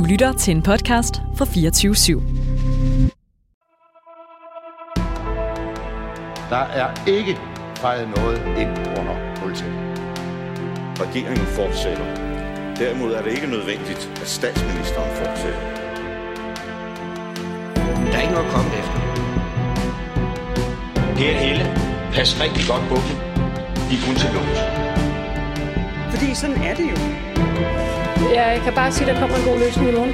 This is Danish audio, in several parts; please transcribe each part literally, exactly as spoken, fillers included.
lytter til en podcast fra fireogtyve syv. Der er ikke fejret noget ind under politiet. Regeringen fortsætter. Derimod er det ikke nødvendigt, at statsministeren fortsætter. Der er ikke noget at komme efter. Per Helle, pas rigtig godt på dem. De er kun til lås. Fordi sådan er det jo. Jeg kan bare sige, at der kommer en god løsning i morgen.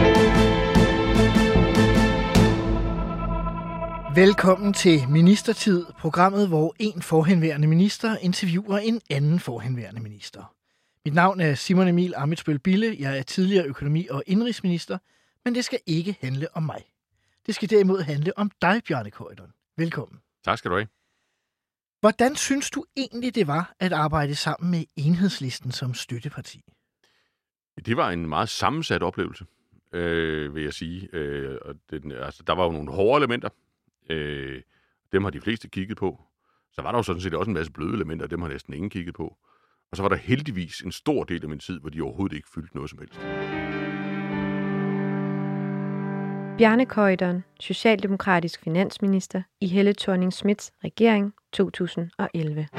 Velkommen til Ministertid, programmet, hvor en forhenværende minister interviewer en anden forhenværende minister. Mit navn er Simon Emil Ammitzbøll Bille. Jeg er tidligere økonomi- og indenrigsminister, men det skal ikke handle om mig. Det skal derimod handle om dig, Bjarne Corydon. Velkommen. Tak skal du have. Hvordan synes du egentlig, det var at arbejde sammen med Enhedslisten som støtteparti? Det var en meget sammensat oplevelse, øh, vil jeg sige. Øh, og den, altså, der var jo nogle hårde elementer. Øh, dem har de fleste kigget på. Så var der jo sådan set også en masse bløde elementer, og dem har næsten ingen kigget på. Og så var der heldigvis en stor del af min tid, hvor de overhovedet ikke fyldte noget som helst. Bjarne Corydon, socialdemokratisk finansminister i Helle Thorning-Schmidts regering to tusind og elleve.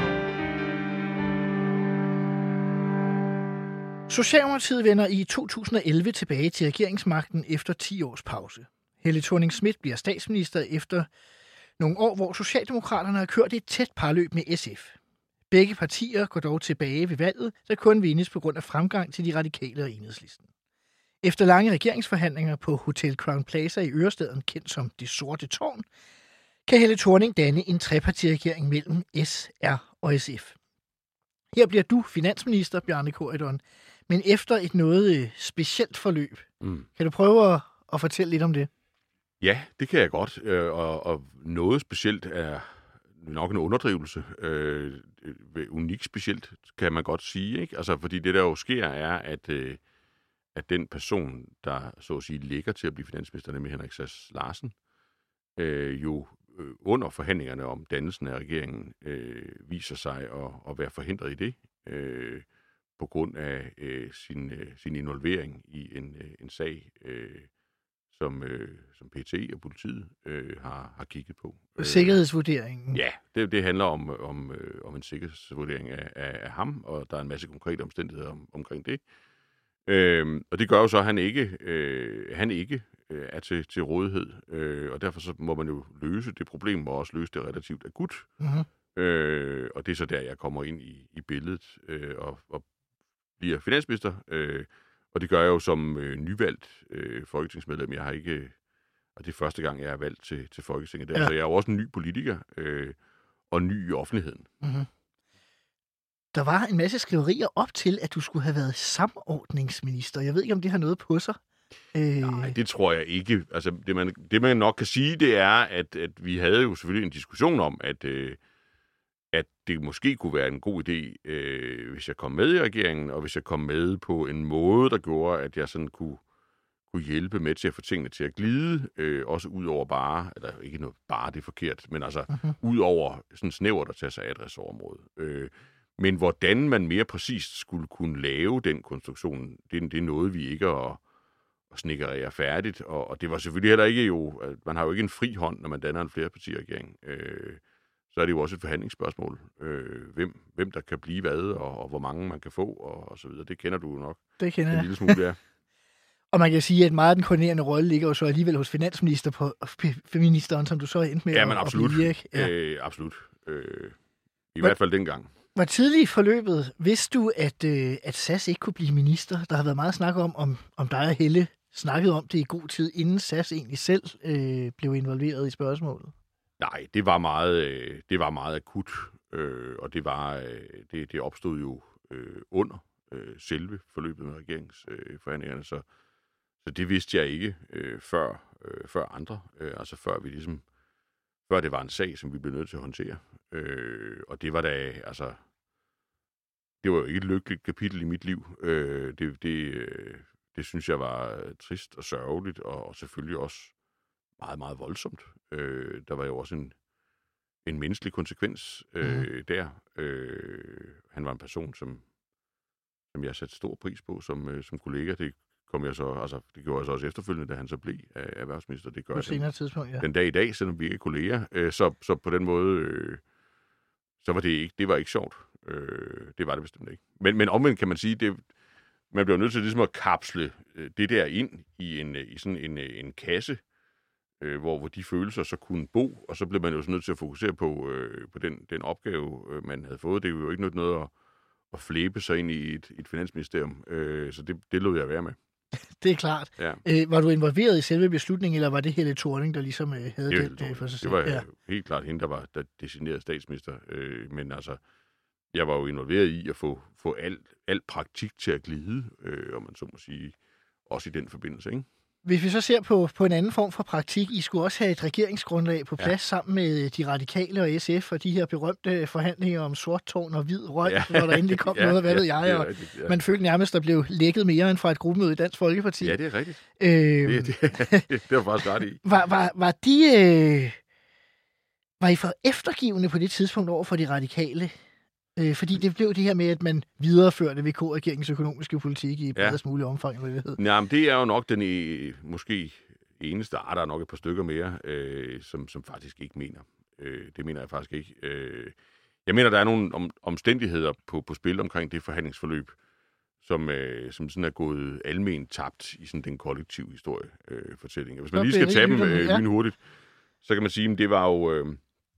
Socialdemokratiet vender i to tusind og elleve tilbage til regeringsmagten efter ti års pause. Helle Thorning-Schmidt bliver statsminister efter nogle år, hvor Socialdemokraterne har kørt et tæt parløb med S F. Begge partier går dog tilbage ved valget, der kun vindes på grund af fremgang til de radikale og Enhedslisten. Efter lange regeringsforhandlinger på Hotel Crown Plaza i Ørestaden, kendt som Det Sorte Tårn, kan Helle Thorning danne en trepartiregering mellem S, R og S F. Her bliver du finansminister, Bjarne Corydon, men efter et noget specielt forløb. Mm. Kan du prøve at, at fortælle lidt om det? Ja, det kan jeg godt. Og, og noget specielt er nok en underdrivelse. Øh, unikt specielt, kan man godt sige. Ikke? Altså, fordi det, der jo sker, er, at, øh, at den person, der så at sige ligger til at blive finansminister, nemlig Henrik Sass Larsen, øh, jo øh, under forhandlingerne om dannelsen af regeringen, øh, viser sig at, at være forhindret i det, øh, på grund af øh, sin, øh, sin involvering i en, øh, en sag, øh, som, øh, som P E T og politiet øh, har, har kigget på. Sikkerhedsvurderingen? Ja, det, det handler om, om, øh, om en sikkerhedsvurdering af, af, af ham, og der er en masse konkrete omstændigheder om, omkring det. Øh, og det gør jo så, at han ikke, øh, han ikke øh, er til, til rådighed, øh, og derfor så må man jo løse det problem, og også løse det relativt akut. Mm-hmm. Øh, og det er så der, jeg kommer ind i, i billedet øh, og, og bliver finansminister. Øh, og det gør jeg jo som øh, nyvalgt øh, folketingsmedlem. Jeg har ikke, og det er første gang, jeg er valgt til, til Folketinget der, ja. Så jeg er jo også en ny politiker øh, og ny i offentligheden. Mm-hmm. Der var en masse skriverier op til, at du skulle have været samordningsminister. Jeg ved ikke, om det har noget på sig. Øh... Nej, det tror jeg ikke. Altså, det, man, det man nok kan sige, det er, at, at vi havde jo selvfølgelig en diskussion om, at, øh, at det måske kunne være en god idé, øh, hvis jeg kom med i regeringen, og hvis jeg kom med på en måde, der gjorde, at jeg sådan kunne, kunne hjælpe med til at få tingene til at glide, øh, også ud over bare, eller ikke noget bare, det er forkert, men altså uh-huh. ud over sådan snævert at tage sig af et ressortområde. Øh, Men hvordan man mere præcist skulle kunne lave den konstruktion, det, det er noget, vi ikke at, at snikkerere færdigt. Og, og det var selvfølgelig heller ikke jo, man har jo ikke en fri hånd, når man danner en flerpartiregering. Øh, så er det jo også et forhandlingsspørgsmål. Øh, hvem, hvem der kan blive hvad, og, og hvor mange man kan få, og, og så videre. Det kender du jo nok. Det kender jeg. En lille smule, ja. Og man kan sige, at meget af den koordinerende rolle ligger jo så alligevel hos finansminister på, ministeren, som du så er endt med. Ja, men absolut. At blive, ja. øh, absolut. Øh, I Hvor... hvert fald dengang. Hvor tidligt i forløbet vidste du, at, øh, at Sass ikke kunne blive minister? Der har været meget snak om, om, om dig og Helle snakkede om det i god tid, inden Sass egentlig selv øh, blev involveret i spørgsmålet. Nej, det var meget, øh, det var meget akut, øh, og det, var, øh, det, det opstod jo øh, under øh, selve forløbet med regeringsforhandlingerne, øh, så, så det vidste jeg ikke øh, før, øh, før andre, øh, altså før vi ligesom, før det var en sag, som vi blev nødt til at håndtere. Øh, og det var da, altså, det var jo ikke et lykkeligt kapitel i mit liv. Øh, det, det, øh, det synes jeg var trist og sørgeligt, og, og selvfølgelig også meget, meget voldsomt. Øh, der var jo også en, en menneskelig konsekvens øh, mm. der. Øh, han var en person, som, som jeg satte stor pris på som, øh, som kollega. Det kom jeg så, altså det gjorde jeg så også efterfølgende, da han så blev øh, erhvervsminister. Det gør På jeg senere den, tidspunkt, ja. den dag i dag, selvom vi ikke er kolleger. Øh, så, så på den måde, øh, så var det ikke, det var ikke sjovt. Øh, det var det bestemt ikke. Men, men omvendt kan man sige, det, man bliver nødt til ligesom at kapsle øh, det der ind i, en, i sådan en, en kasse, øh, hvor, hvor de følelser så kunne bo, og så blev man jo så nødt til at fokusere på, øh, på den, den opgave, øh, man havde fået. Det er jo ikke noget, noget at, at flæbe sig ind i et, et finansministerium, øh, så det, det lod jeg være med. Det er klart. Ja. Øh, var du involveret i selve beslutningen, eller var det Helle Thorning, der ligesom øh, havde det, den øh, for sig selv? Det var ja. helt klart hende, der var der designeret statsminister, øh, men altså, jeg var jo involveret i at få, få alt, alt praktik til at glide, øh, om man så må sige, også i den forbindelse, ikke? Hvis vi så ser på, på en anden form for praktik, I skulle også have et regeringsgrundlag på plads ja. sammen med de radikale og S F og de her berømte forhandlinger om sort tårn og hvid røg, ja. når der endelig kom ja, noget, hvad ja, ved jeg, og rigtigt, ja. man følte nærmest, der blev lækket mere end fra et gruppemøde i Dansk Folkeparti. Ja, det er rigtigt. Øh, det, det, det var faktisk ret i. Var, var, var de... Øh, var I for eftergivende på det tidspunkt over for de radikale? Øh, fordi det blev det her med, at man videreførte V K-regeringens økonomiske politik i bredest ja. mulig omfang, hvad det hed. Nej, men det er jo nok den e, måske eneste, ah, der er nok et par stykker mere, øh, som, som faktisk ikke mener. Øh, det mener jeg faktisk ikke. Øh, jeg mener, der er nogle om, omstændigheder på, på spil omkring det forhandlingsforløb, som, øh, som sådan er gået alment tabt i sådan den kollektive historiefortælling. Øh, Hvis man lige skal tage dem øh, lynhurtigt, så kan man sige, at det var jo... Øh,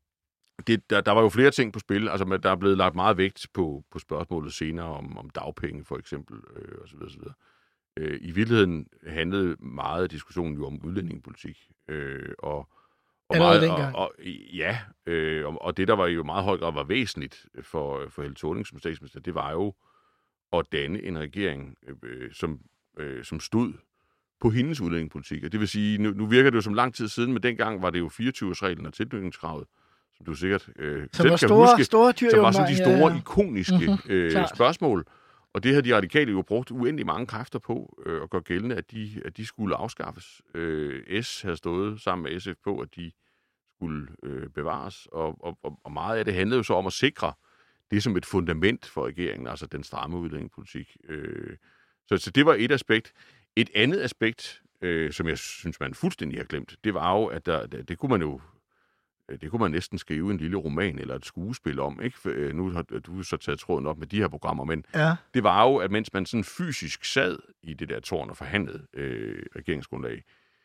Det, der, der var jo flere ting på spil. Altså, der er blevet lagt meget vægt på, på spørgsmålet senere om, om dagpenge, for eksempel, øh, osv. osv. Øh, I virkeligheden handlede meget af diskussionen jo om udlændingepolitik. Øh, og, og, meget, og, og Ja, øh, og, og det, der var jo meget høj grad var væsentligt for, for Helle Thorning som statsminister, det var jo at danne en regering, øh, som, øh, som stod på hendes udlændingepolitik. Og det vil sige, nu, nu virker det jo som lang tid siden, men dengang var det jo fireogtyve-årsreglen og tilknytningskravet, som du sikkert øh, som selv kan store, huske, store dyr, som var sådan de store, ja, ja. ikoniske mm-hmm, øh, spørgsmål. Og det har de radikale jo brugt uendelig mange kræfter på øh, at gøre gældende, at de, at de skulle afskaffes. Øh, S havde stået sammen med S F på, at de skulle øh, bevares, og, og, og meget af det handlede jo så om at sikre det som et fundament for regeringen, altså den stramme udlændingepolitik. Øh, så, så det var et aspekt. Et andet aspekt, øh, som jeg synes, man fuldstændig har glemt, det var jo, at der, det kunne man jo Det kunne man næsten skrive en lille roman eller et skuespil om, ikke? For, nu har du så taget tråden op med de her programmer, men ja. det var jo, at mens man sådan fysisk sad i det der tårn og forhandlede øh, regeringsgrundlag,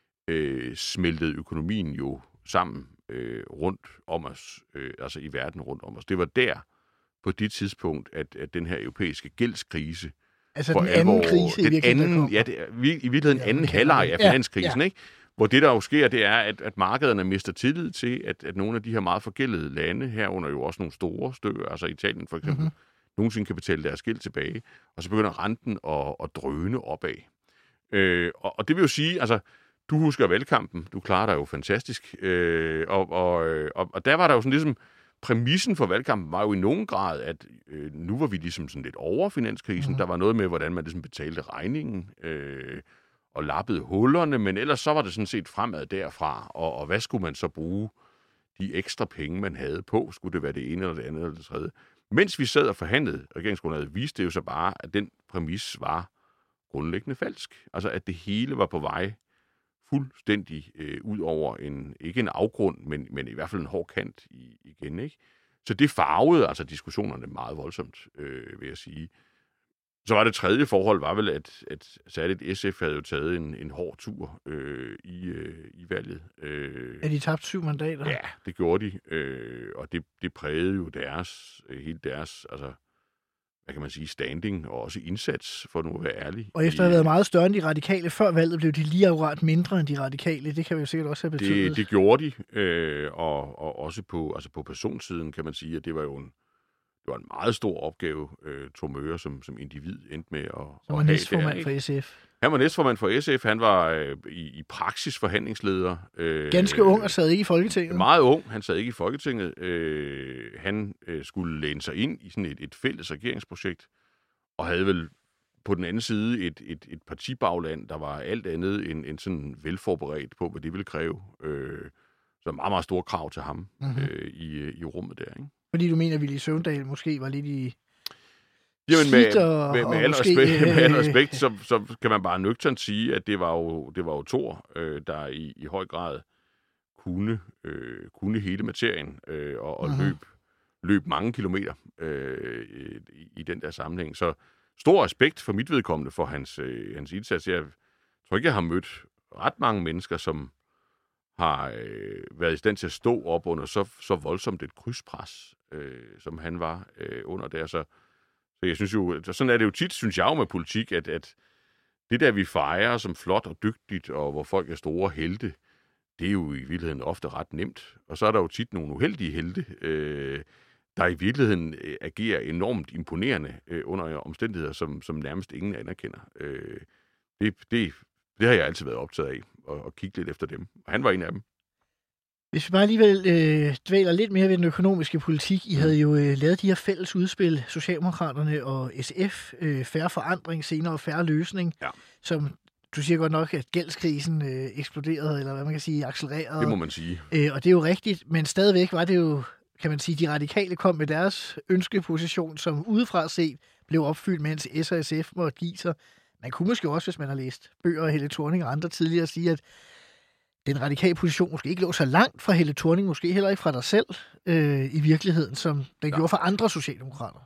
øh, smeltede økonomien jo sammen øh, rundt om os, øh, altså i verden rundt om os. Det var der, på det tidspunkt, at, at den her europæiske gældskrise altså for den anden alvor, krise den i virkeligheden, anden, ja, det er, i virkeligheden ja, anden halvleg af finanskrisen, ja, ja. ikke? Hvor det, der jo sker, det er, at, at markederne mister tillid til, at, at nogle af de her meget forgældede lande, herunder jo også nogle store stykker, altså Italien for eksempel, mm-hmm. nogensinde kan betale deres gæld tilbage, og så begynder renten at, at drøne opad. Øh, og, og det vil jo sige, altså, du husker valgkampen, du klarer dig jo fantastisk, øh, og, og, og, og der var der jo sådan ligesom, præmissen for valgkampen var jo i nogen grad, at øh, nu var vi ligesom sådan lidt over finanskrisen, mm-hmm. der var noget med, hvordan man ligesom betalte regningen, øh, og lappede hullerne, men ellers så var det sådan set fremad derfra, og, og hvad skulle man så bruge de ekstra penge, man havde på? Skulle det være det ene, eller det andet, eller det tredje? Mens vi sad og forhandlede regeringsgrundlaget, viste det jo så bare, at den præmis var grundlæggende falsk. Altså, at det hele var på vej fuldstændig øh, ud over en, ikke en afgrund, men, men i hvert fald en hård kant i, igen, ikke? Så det farvede altså diskussionerne meget voldsomt, øh, vil jeg sige. Så var det tredje forhold, var vel, at, at særligt S F havde jo taget en, en hård tur øh, i, øh, i valget. Øh, er de tabt syv mandater? Ja, det gjorde de, øh, og det, det prægede jo deres, helt deres, altså, hvad kan man sige, standing og også indsats, for nu at være ærlig. Og efter at have været meget større end de radikale før valget, blev de lige akkurat mindre end de radikale. Det kan vi jo sikkert også have betydet. Det, det gjorde de, øh, og, og også på, altså på personsiden kan man sige, at det var jo en Det var en meget stor opgave, øh, Thor Möger som, som individ endte med at, som var næstformand for S F. Han var næstformand for S F. Han var øh, i, i praksis forhandlingsleder. Øh, Ganske ung og sad ikke i Folketinget. Meget ung. Han sad ikke i Folketinget. Øh, han øh, skulle læne sig ind i sådan et, et fælles regeringsprojekt, og havde vel på den anden side et, et, et partibagland, der var alt andet end, end sådan velforberedt på, hvad det ville kræve. Øh, så meget, meget store krav til ham mm-hmm. øh, i, i rummet der, ikke? Fordi du mener, at Villy Søvndal måske var lidt i... Jamen med, slidt og, med, med, og al måske, respekt, med al øh, respekt så, så kan man bare nøgternt sige, at det var jo, det var jo Thor, øh, der i, i høj grad kunne, øh, kunne hele materien øh, og, og Mhm. løb, løb mange kilometer øh, i, i den der sammenhæng. Så stor respekt for mit vedkommende for hans, øh, hans indsats. Jeg tror ikke, jeg har mødt ret mange mennesker, som har øh, været i stand til at stå op under så, så voldsomt et krydspres, øh, som han var øh, under der. Så, så jeg synes jo, sådan er det jo tit, synes jeg jo med politik, at, at det der, vi fejrer som flot og dygtigt, og hvor folk er store helte, det er jo i virkeligheden ofte ret nemt. Og så er der jo tit nogle uheldige helte, øh, der i virkeligheden øh, agerer enormt imponerende øh, under omstændigheder, som, som nærmest ingen anerkender. Øh, det, det, det har jeg altid været optaget af, at, at kigge lidt efter dem. Og han var en af dem. Hvis vi bare alligevel øh, dvæler lidt mere ved den økonomiske politik. I havde jo øh, lavet de her fælles udspil, Socialdemokraterne og S F, øh, færre forandring, senere færre løsning, Ja. som du siger godt nok, at gældskrisen øh, eksploderede, eller hvad man kan sige, accelererede. Det må man sige. Øh, og det er jo rigtigt, men stadigvæk var det jo, kan man sige, de radikale kom med deres ønskeposition, som udefra set blev opfyldt, mens S og S F måtte give sig. Man kunne måske også, hvis man har læst bøger af Helle Thorning og andre tidligere, sige, at den radikale position måske ikke lå så langt fra Helle Thorning, måske heller ikke fra dig selv øh, i virkeligheden, som den Ja. gjorde for andre socialdemokrater.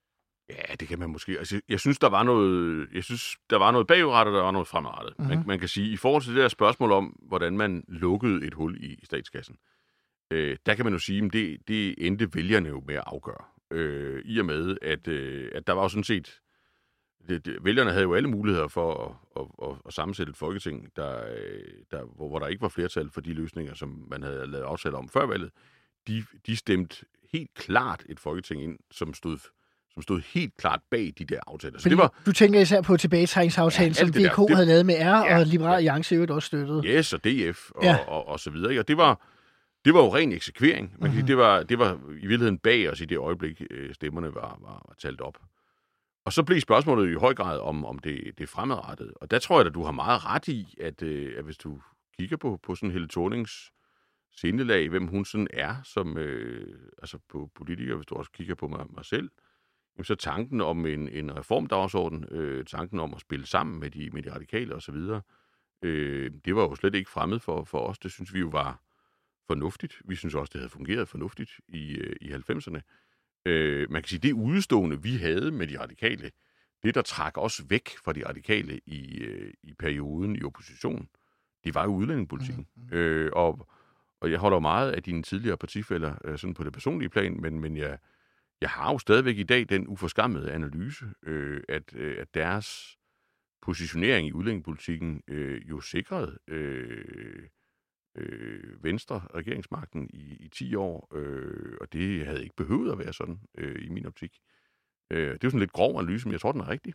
Ja, det kan man måske. Altså, jeg synes, der var noget, jeg synes, der var noget bagudrettet, og der var noget fremadrettet. Mm-hmm. Man, man kan sige, i forhold til det der spørgsmål om, hvordan man lukkede et hul i statskassen, øh, der kan man jo sige, at det, det endte vælgerne jo med at afgøre. Øh, I og med, at, øh, at der var jo sådan set, det, det, vælgerne havde jo alle muligheder for at, at, at, at sammensætte et folketing, der, der, hvor, hvor der ikke var flertal for de løsninger, som man havde lavet aftaler om før valget. De, de stemte helt klart et folketing ind, som stod som stod helt klart bag de der aftaler. Så Fordi det var, du tænker især på tilbagetrækningsaftalen, Ja, som alt det V K der. Det- havde lavet med R, Ja, og Liberal ja. Alliance i øvrigt også støttede. yes, og D F og, Ja. ja. og, og, og så videre. ikke? Og det var, det var jo ren eksekvering. Man kan Mhm. sige, det var, det var i virkeligheden bag os i det øjeblik, øh, stemmerne var, var, var talt op. Og så blev spørgsmålet i høj grad om, om det, det fremadrettede. Og der tror jeg, at du har meget ret i, at, øh, at hvis du kigger på, på sådan Helle Thornings sindelag, hvem hun sådan er som øh, altså på politiker, hvis du også kigger på mig, mig selv, jamen så tanken om en, en reformdagsorden, øh, tanken om at spille sammen med de, med de radikale osv., øh, det var jo slet ikke fremmed for, for os. Det synes vi jo var fornuftigt. Vi synes også, det havde fungeret fornuftigt i, øh, i halvfemserne. Øh, man kan sige, det udestående, vi havde med de radikale, det, der trak os væk fra de radikale i, øh, i perioden i opposition, det var jo udlændingepolitikken. Mm-hmm. Øh, og, og jeg holder meget af dine tidligere partifæller øh, sådan på det personlige plan, men, men jeg, jeg har jo stadigvæk i dag den uforskammede analyse, øh, at, øh, at deres positionering i udlændingepolitikken øh, jo sikrede øh, øh, Venstre regeringsmagten i, i ti år, øh, og det havde ikke behøvet at være sådan øh, i min optik. Øh, det er jo sådan lidt grov analyse, men jeg tror, den er rigtig.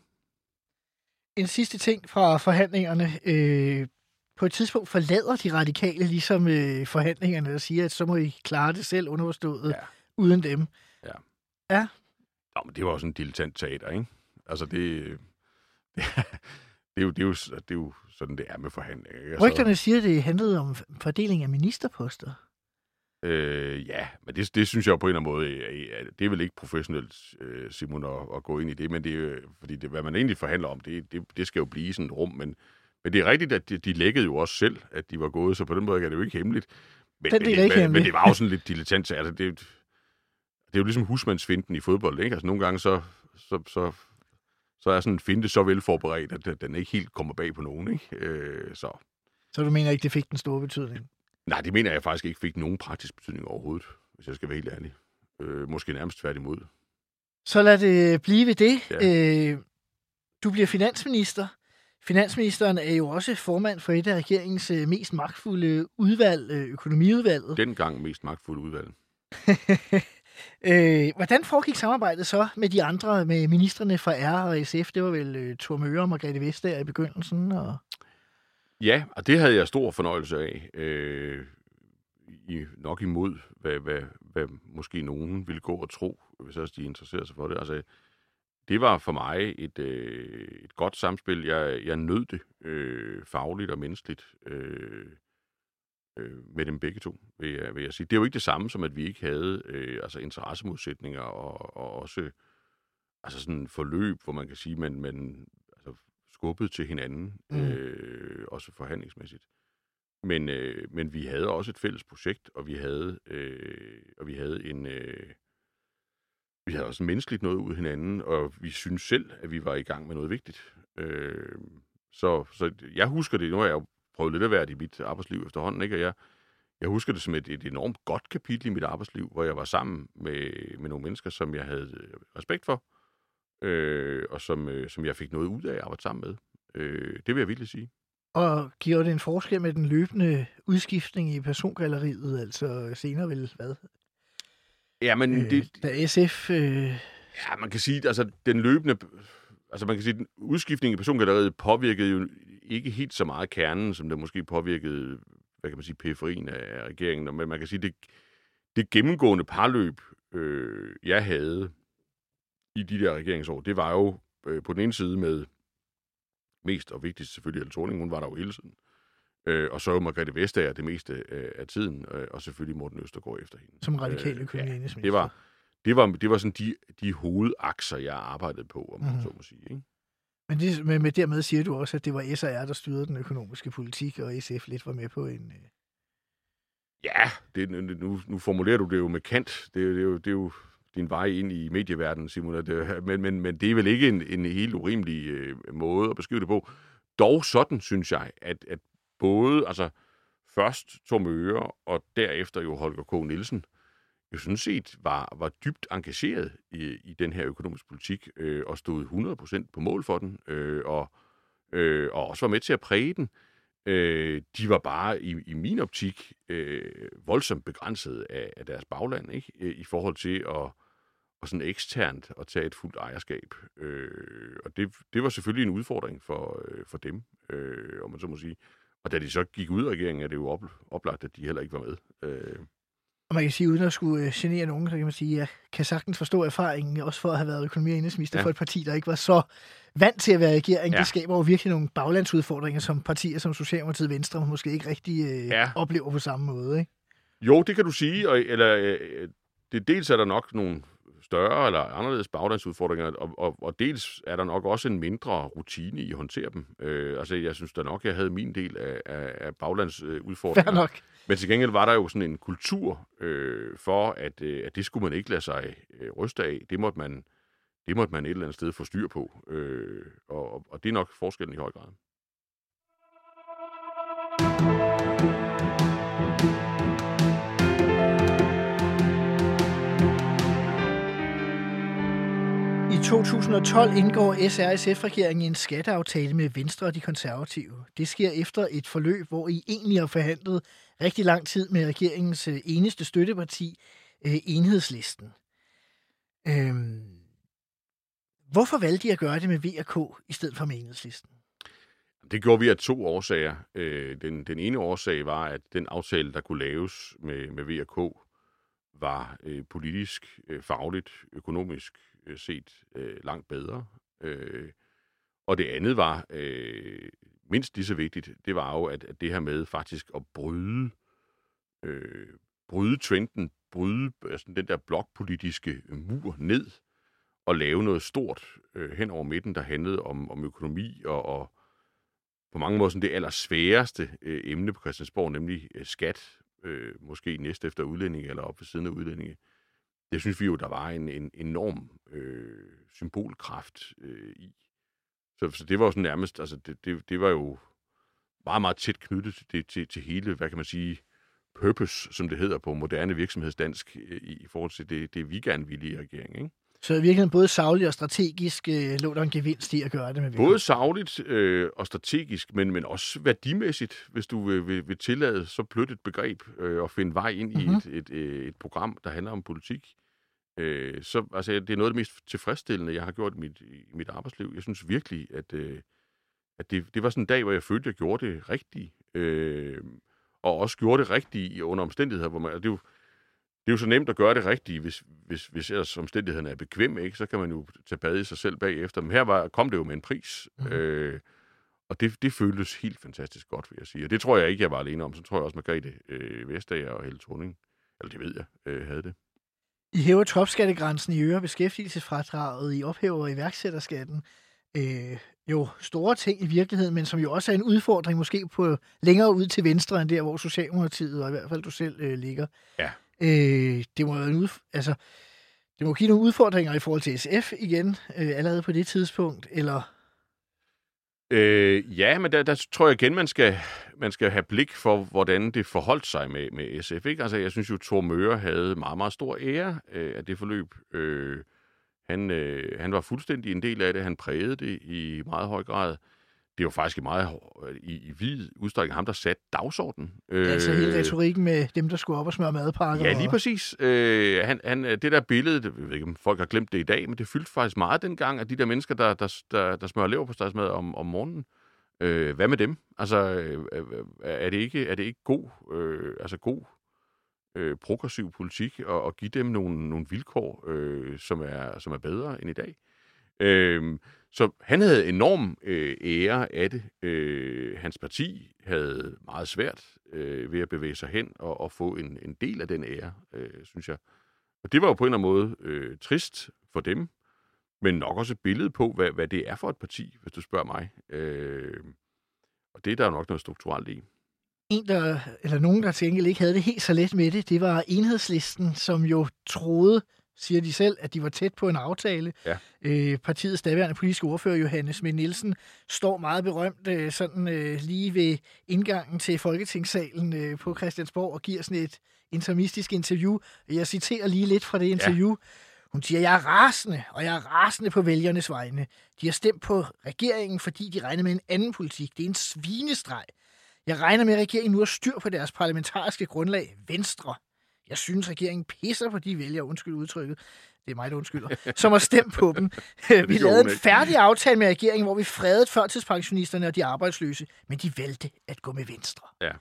En sidste ting fra forhandlingerne. Øh, på et tidspunkt forlader de radikale ligesom øh, forhandlingerne og siger, at så må I klare det selv underforstået, Ja. uden dem. Ja. Ja. Nå, men det var jo sådan en dilettant teater, ikke? Altså, det, det, det, er jo, det, er jo, det er jo sådan, det er med forhandlinger. Ikke? Altså, Rygterne siger, at det handlede om fordeling af ministerposter. Øh, ja, men det, det synes jeg jo på en eller anden måde, øh, det er vel ikke professionelt, øh, Simon, at, at gå ind i det, men det er jo, fordi det, hvad man egentlig forhandler om, det, det, det skal jo blive sådan et rum, men, men det er rigtigt, at de, de lækkede jo også selv, at de var gået, så på den måde er det jo ikke hemmeligt. Men, Den men, del er ikke men, hemmelig. men det var jo sådan lidt dilettant, så altså, det, det er jo ligesom husmandsfinten i fodbold, ikke? Altså nogle gange så, så, så, så er sådan en finte så velforberedt, at den ikke helt kommer bag på nogen, ikke? Øh, så... Så du mener ikke, det fik den store betydning? Nej, det mener jeg faktisk ikke fik nogen praktisk betydning overhovedet, hvis jeg skal være helt ærlig. Øh, måske nærmest tværtimod. Så lad det blive ved det. Ja. Øh, du bliver finansminister. Finansministeren er jo også formand for et af regeringens øh, mest magtfulde udvalg, øh, økonomiudvalget. Dengang mest magtfulde udvalg. øh, hvordan foregik samarbejdet så med de andre, med ministerne fra R og S F? Det var vel øh, Thor Møre og Margrethe Vestager i begyndelsen. Og... Ja, og det havde jeg stor fornøjelse af. Øh, i, nok imod, hvad, hvad, hvad måske nogen ville gå og tro, hvis også de interesserer sig for det. Altså, det var for mig et, øh, et godt samspil. Jeg, jeg nød det øh, fagligt og menneskeligt øh, øh, med dem begge to, vil jeg, vil jeg sige. Det er jo ikke det samme som, at vi ikke havde øh, altså interessemodsætninger og, og også altså sådan forløb, hvor man kan sige, man, man altså skubbede til hinanden, mm. øh, også forhandlingsmæssigt. Men, øh, men vi havde også et fælles projekt, og vi havde, øh, og vi havde en... Øh, vi havde også menneskeligt noget ud af hinanden, og vi synes selv, at vi var i gang med noget vigtigt. Øh, så, så jeg husker det, nu har jeg jo prøvet lidt af hvert i mit arbejdsliv efterhånden, ikke? Og jeg, jeg husker det som et, et enormt godt kapitel i mit arbejdsliv, hvor jeg var sammen med, med nogle mennesker, som jeg havde respekt for, øh, og som, øh, som jeg fik noget ud af at arbejde sammen med. Øh, det vil jeg virkelig sige. Og giver det en forskel med den løbende udskiftning i persongalleriet, altså senere vel hvad? Ja, men øh, det... Da S F... Øh... Ja, man kan sige, altså den løbende... Altså man kan sige, at udskiftningen i persongalleriet påvirkede jo ikke helt så meget kernen, som det måske påvirkede, hvad kan man sige, periferien af regeringen. Men man kan sige, det, det gennemgående parløb, øh, jeg havde i de der regeringsår, det var jo øh, på den ene side med mest og vigtigst selvfølgelig Helle Thorning, hun var der jo hele tiden. Øh, og så jo Margrethe Vestager det meste øh, af tiden, øh, og selvfølgelig Morten Østergaard efter hende. Som radikal økonomiminister. Øh, ja, det var... Det var, det var sådan de, de hovedakser, jeg arbejdede på, om man mm. så må sige. Ikke? Men, det, men med dermed siger du også, at det var S og R, der styrede den økonomiske politik, og S F lidt var med på en... Øh... Ja, det, nu, nu formulerer du det jo med kant. Det, det, er, jo, det er jo din vej ind i medieverdenen, Simon. Det, men, men, men det er vel ikke en, en helt urimelig øh, måde at beskrive det på. Dog sådan, synes jeg, at, at både, altså først Tom Øre, og derefter jo Holger K. Nielsen, jo sådan set var, var dybt engageret i, i den her økonomiske politik, øh, og stod hundrede procent på mål for den, øh, og, øh, og også var med til at præge den. Øh, de var bare i, i min optik øh, voldsomt begrænset af, af deres bagland, ikke? I forhold til at og sådan eksternt at tage et fuldt ejerskab. Øh, og det, det var selvfølgelig en udfordring for, øh, for dem, øh, om man så må sige. Og da de så gik ud af regeringen, er det jo op, oplagt, at de heller ikke var med. Øh, Og man kan sige, uden at skulle genere nogen, så kan man sige, at jeg kan sagtens forstå erfaringen, også for at have været økonomi- og indenrigsminister ja. for et parti, der ikke var så vant til at være regering. Ja. Det skaber jo virkelig nogle baglandsudfordringer, som partier som Socialdemokratiet og Venstre måske ikke rigtig øh, ja. oplever på samme måde. Ikke? Jo, det kan du sige. Og, eller, øh, det, dels er der nok nogle større eller anderledes baglandsudfordringer, og, og, og dels er der nok også en mindre rutine i at håndtere dem. Øh, altså, jeg synes da nok, jeg havde min del af, af, af baglandsudfordringer. Fair nok. Men til gengæld var der jo sådan en kultur øh, for, at, øh, at det skulle man ikke lade sig øh, ryste af. Det måtte man, det måtte man et eller andet sted få styr på. Øh, og, og det er nok forskellen i høj grad. I to tusind og tolv indgår S R S F-regeringen en skatteaftale med Venstre og de konservative. Det sker efter et forløb, hvor I egentlig har forhandlet rigtig lang tid med regeringens eneste støtteparti, Enhedslisten. Øhm. Hvorfor valgte I at gøre det med V og K i stedet for med Enhedslisten? Det gjorde vi af to årsager. Den, den ene årsag var, at den aftale, der kunne laves med, med V og K, var øh, politisk, øh, fagligt, økonomisk øh, set øh, langt bedre. Øh, og det andet var, øh, mindst lige så vigtigt, det var jo, at, at det her med faktisk at bryde, øh, bryde trenden, bryde altså den der blokpolitiske mur ned, og lave noget stort øh, hen over midten, der handlede om, om økonomi, og, og på mange måder sådan det allersværeste øh, emne på Christiansborg, nemlig øh, skat, Øh, måske næst efter udlændinge, eller op ved siden af udlændinge. Det synes vi jo, der var en, en enorm øh, symbolkraft øh, i. Så, så det var jo sådan nærmest, altså det, det, det var jo meget, meget tæt knyttet til, til, til hele, hvad kan man sige, purpose, som det hedder på moderne virksomhedsdansk, øh, i, i forhold til det, det vi gerne ville i regeringen, ikke? Så i virkeligheden både sagligt og strategisk øh, lå der en gevinst i at gøre det med V og K? Både sagligt øh, og strategisk, men, men også værdimæssigt, hvis du vil, vil, vil tillade så blødt et begreb øh, og finde vej ind mm-hmm. i et, et, et program, der handler om politik. Øh, så altså, det er noget af det mest tilfredsstillende, jeg har gjort i mit, i mit arbejdsliv. Jeg synes virkelig, at, øh, at det, det var sådan en dag, hvor jeg følte, at jeg gjorde det rigtigt. Øh, og også gjorde det rigtigt under omstændigheder, hvor man... Det er jo, Det er jo så nemt at gøre det rigtige, hvis, hvis, hvis ellers omstændighederne er bekvemme, ikke? Så kan man jo tage bad i sig selv bagefter. Men her var, kom det jo med en pris, mm. øh, og det, det føltes helt fantastisk godt, vil jeg sige. Og det tror jeg ikke, jeg var alene om. Så tror jeg også, Margrethe øh, Vestager og Helle Thorning, eller det ved jeg, øh, havde det. I hæver topskattegrænsen, I øger beskæftigelsesfradraget, I ophæver iværksætterskatten. Øh, jo store ting i virkeligheden, men som jo også er en udfordring måske på længere ud til venstre end der, hvor Socialdemokratiet, og i hvert fald du selv, øh, ligger. Ja. Øh, det må en udf- altså, det må give nogle udfordringer i forhold til S F igen, øh, allerede på det tidspunkt, eller... Øh, ja, men der, der tror jeg igen, man skal, man skal have blik for, hvordan det forholdt sig med, med S F. Ikke? Altså, jeg synes jo, Thor Möger havde meget, meget stor ære øh, af det forløb. Øh, han, øh, han var fuldstændig en del af det. Han prægede det i meget høj grad. Det var faktisk i meget i, i vid udstrækning ham, der satte dagsordenen. Øh, altså hele retorikken med dem, der skulle op og smøre madpakker. Ja, lige præcis. Øh, han, han, det der billede, jeg ved ikke, om folk har glemt det i dag, men det fyldte faktisk meget dengang, at de der mennesker, der, der, der, der smører leverpostejsmad om, om morgenen, øh, hvad med dem? Altså, øh, er det ikke, er det ikke god, øh, altså god øh, progressiv politik at, at give dem nogle, nogle vilkår, øh, som, er, som er bedre end i dag? Øh, Så han havde enorm øh, ære af det. Øh, hans parti havde meget svært øh, ved at bevæge sig hen og, og få en, en del af den ære, øh, synes jeg. Og det var jo på en eller anden måde øh, trist for dem, men nok også et billede på, hvad, hvad det er for et parti, hvis du spørger mig. Øh, og det er der jo nok noget strukturelt i. En, der, eller nogen, der til gengæld ikke havde det helt så let med det, det var Enhedslisten, som jo troede, siger de selv, at de var tæt på en aftale. Ja. Øh, partiets daværende politiske ordfører, Johannes Schmidt Nielsen, står meget berømt øh, sådan øh, lige ved indgangen til Folketingssalen øh, på Christiansborg og giver sådan et intermistisk interview. Jeg citerer lige lidt fra det interview. Ja. Hun siger, jeg er rasende, og jeg er rasende på vælgernes vegne. De har stemt på regeringen, fordi de regner med en anden politik. Det er en svinestreg. Jeg regner med, at regeringen nu har styr på deres parlamentariske grundlag, Venstre. Jeg synes, regeringen pisser på de vælgere, undskyld udtrykket, det er mig, der undskylder, som har stemt på dem. Vi lavede en færdig aftale med regeringen, hvor vi fredede førtidspensionisterne og de arbejdsløse, men de valgte at gå med Venstre. Ja.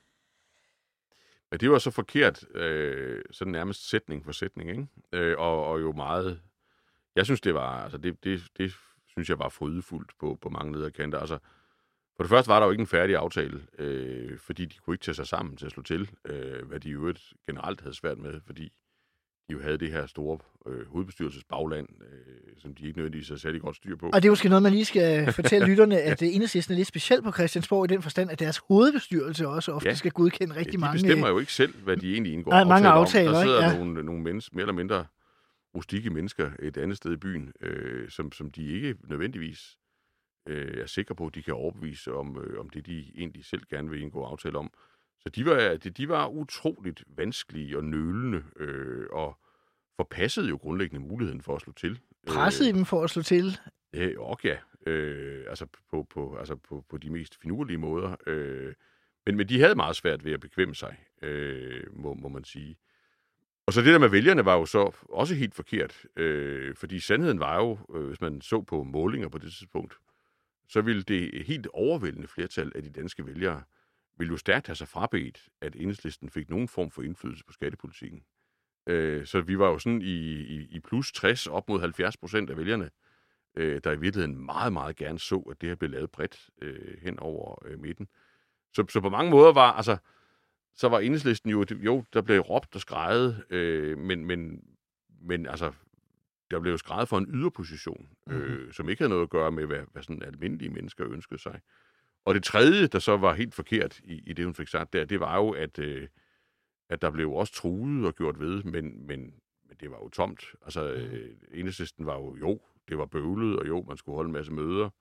Men det var så forkert, øh, sådan nærmest sætning for sætning, ikke? Øh, og, og jo meget... Jeg synes, det var... Altså, det, det, det synes jeg var frydefuldt på, på mange lederkanter. Altså, for det første var der jo ikke en færdig aftale, øh, fordi de kunne ikke tage sig sammen til at slå til, øh, hvad de jo generelt havde svært med, fordi de jo havde det her store øh, hovedbestyrelsesbagland, øh, som de ikke nødvendigvis havde særlig godt styr på. Og det er måske noget, man lige skal fortælle lytterne, at Enhedslisten er lidt specielt på Christiansborg i den forstand, at deres hovedbestyrelse også ofte ja. skal godkende rigtig ja, de mange... de bestemmer jo ikke selv, hvad de egentlig indgår nej, mange aftaler om. Der sidder ja. nogle, nogle mennesker, mere eller mindre rustikke mennesker et andet sted i byen, øh, som, som de ikke nødvendigvis øh, er sikre på, at de kan overbevise om, øh, om det, de egentlig selv gerne vil indgå aftale om. Så de var, de, de var utroligt vanskelige og nølende, øh, og forpassede jo grundlæggende muligheden for at slå til. Pressede øh, dem for at slå til? Ja, og ja. Øh, altså, på, på, altså på, på de mest finurlige måder. Øh, men, men de havde meget svært ved at bekvemme sig, øh, må, må man sige. Og så det der med vælgerne var jo så også helt forkert, øh, fordi sandheden var jo, øh, hvis man så på målinger på det tidspunkt, så ville det helt overvældende flertal af de danske vælgere ville jo stærkt have sig frabedt, at Enhedslisten fik nogen form for indflydelse på skattepolitikken. Øh, så vi var jo sådan i, i, i plus tres op mod halvfjerds procent af vælgerne, øh, der i virkeligheden meget, meget gerne så, at det her blev lavet bredt øh, hen over øh, midten. Så, så på mange måder var, altså, så var Enhedslisten jo, jo der blev råbt og skreget, øh, men, men, men altså, der blev jo skreget for en yderposition, øh, mm-hmm. som ikke havde noget at gøre med, hvad, hvad sådan almindelige mennesker ønskede sig. Og det tredje, der så var helt forkert i, i det, hun fik sagt der, det var jo, at, øh, at der blev også truet og gjort ved, men, men, men det var jo tomt. Altså, øh, Enhedslisten var jo, jo, det var bøvlet, og jo, man skulle holde en masse møder,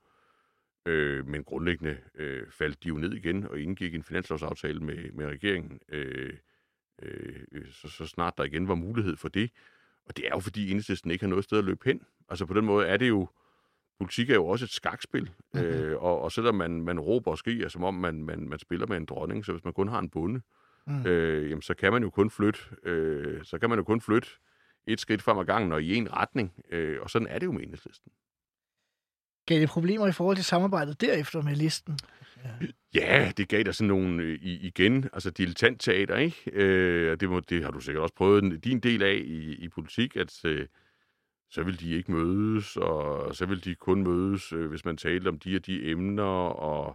øh, men grundlæggende øh, faldt de jo ned igen og indgik en finanslovsaftale med, med regeringen, øh, øh, så, så snart der igen var mulighed for det. Og det er jo, fordi Enhedslisten ikke har noget sted at løbe hen. Altså, på den måde er det jo, politik er jo også et skakspil, mm-hmm. øh, og, og selvom man, man råber og skriger, som om man, man, man spiller med en dronning, så hvis man kun har en bonde, mm. øh, jamen, så kan man jo kun flytte, øh, så kan man jo kun flytte et skridt frem ad gangen og i en retning, øh, og sådan er det jo med Enhedslisten. Gav det problemer i forhold til samarbejdet derefter med listen? Ja, ja det gav der sådan nogle, øh, igen, altså dilettantteater, ikke? Øh, det, må, det har du sikkert også prøvet din del af i, i politik, at øh, så vil de ikke mødes, og så vil de kun mødes, øh, hvis man talte om de og de emner, og,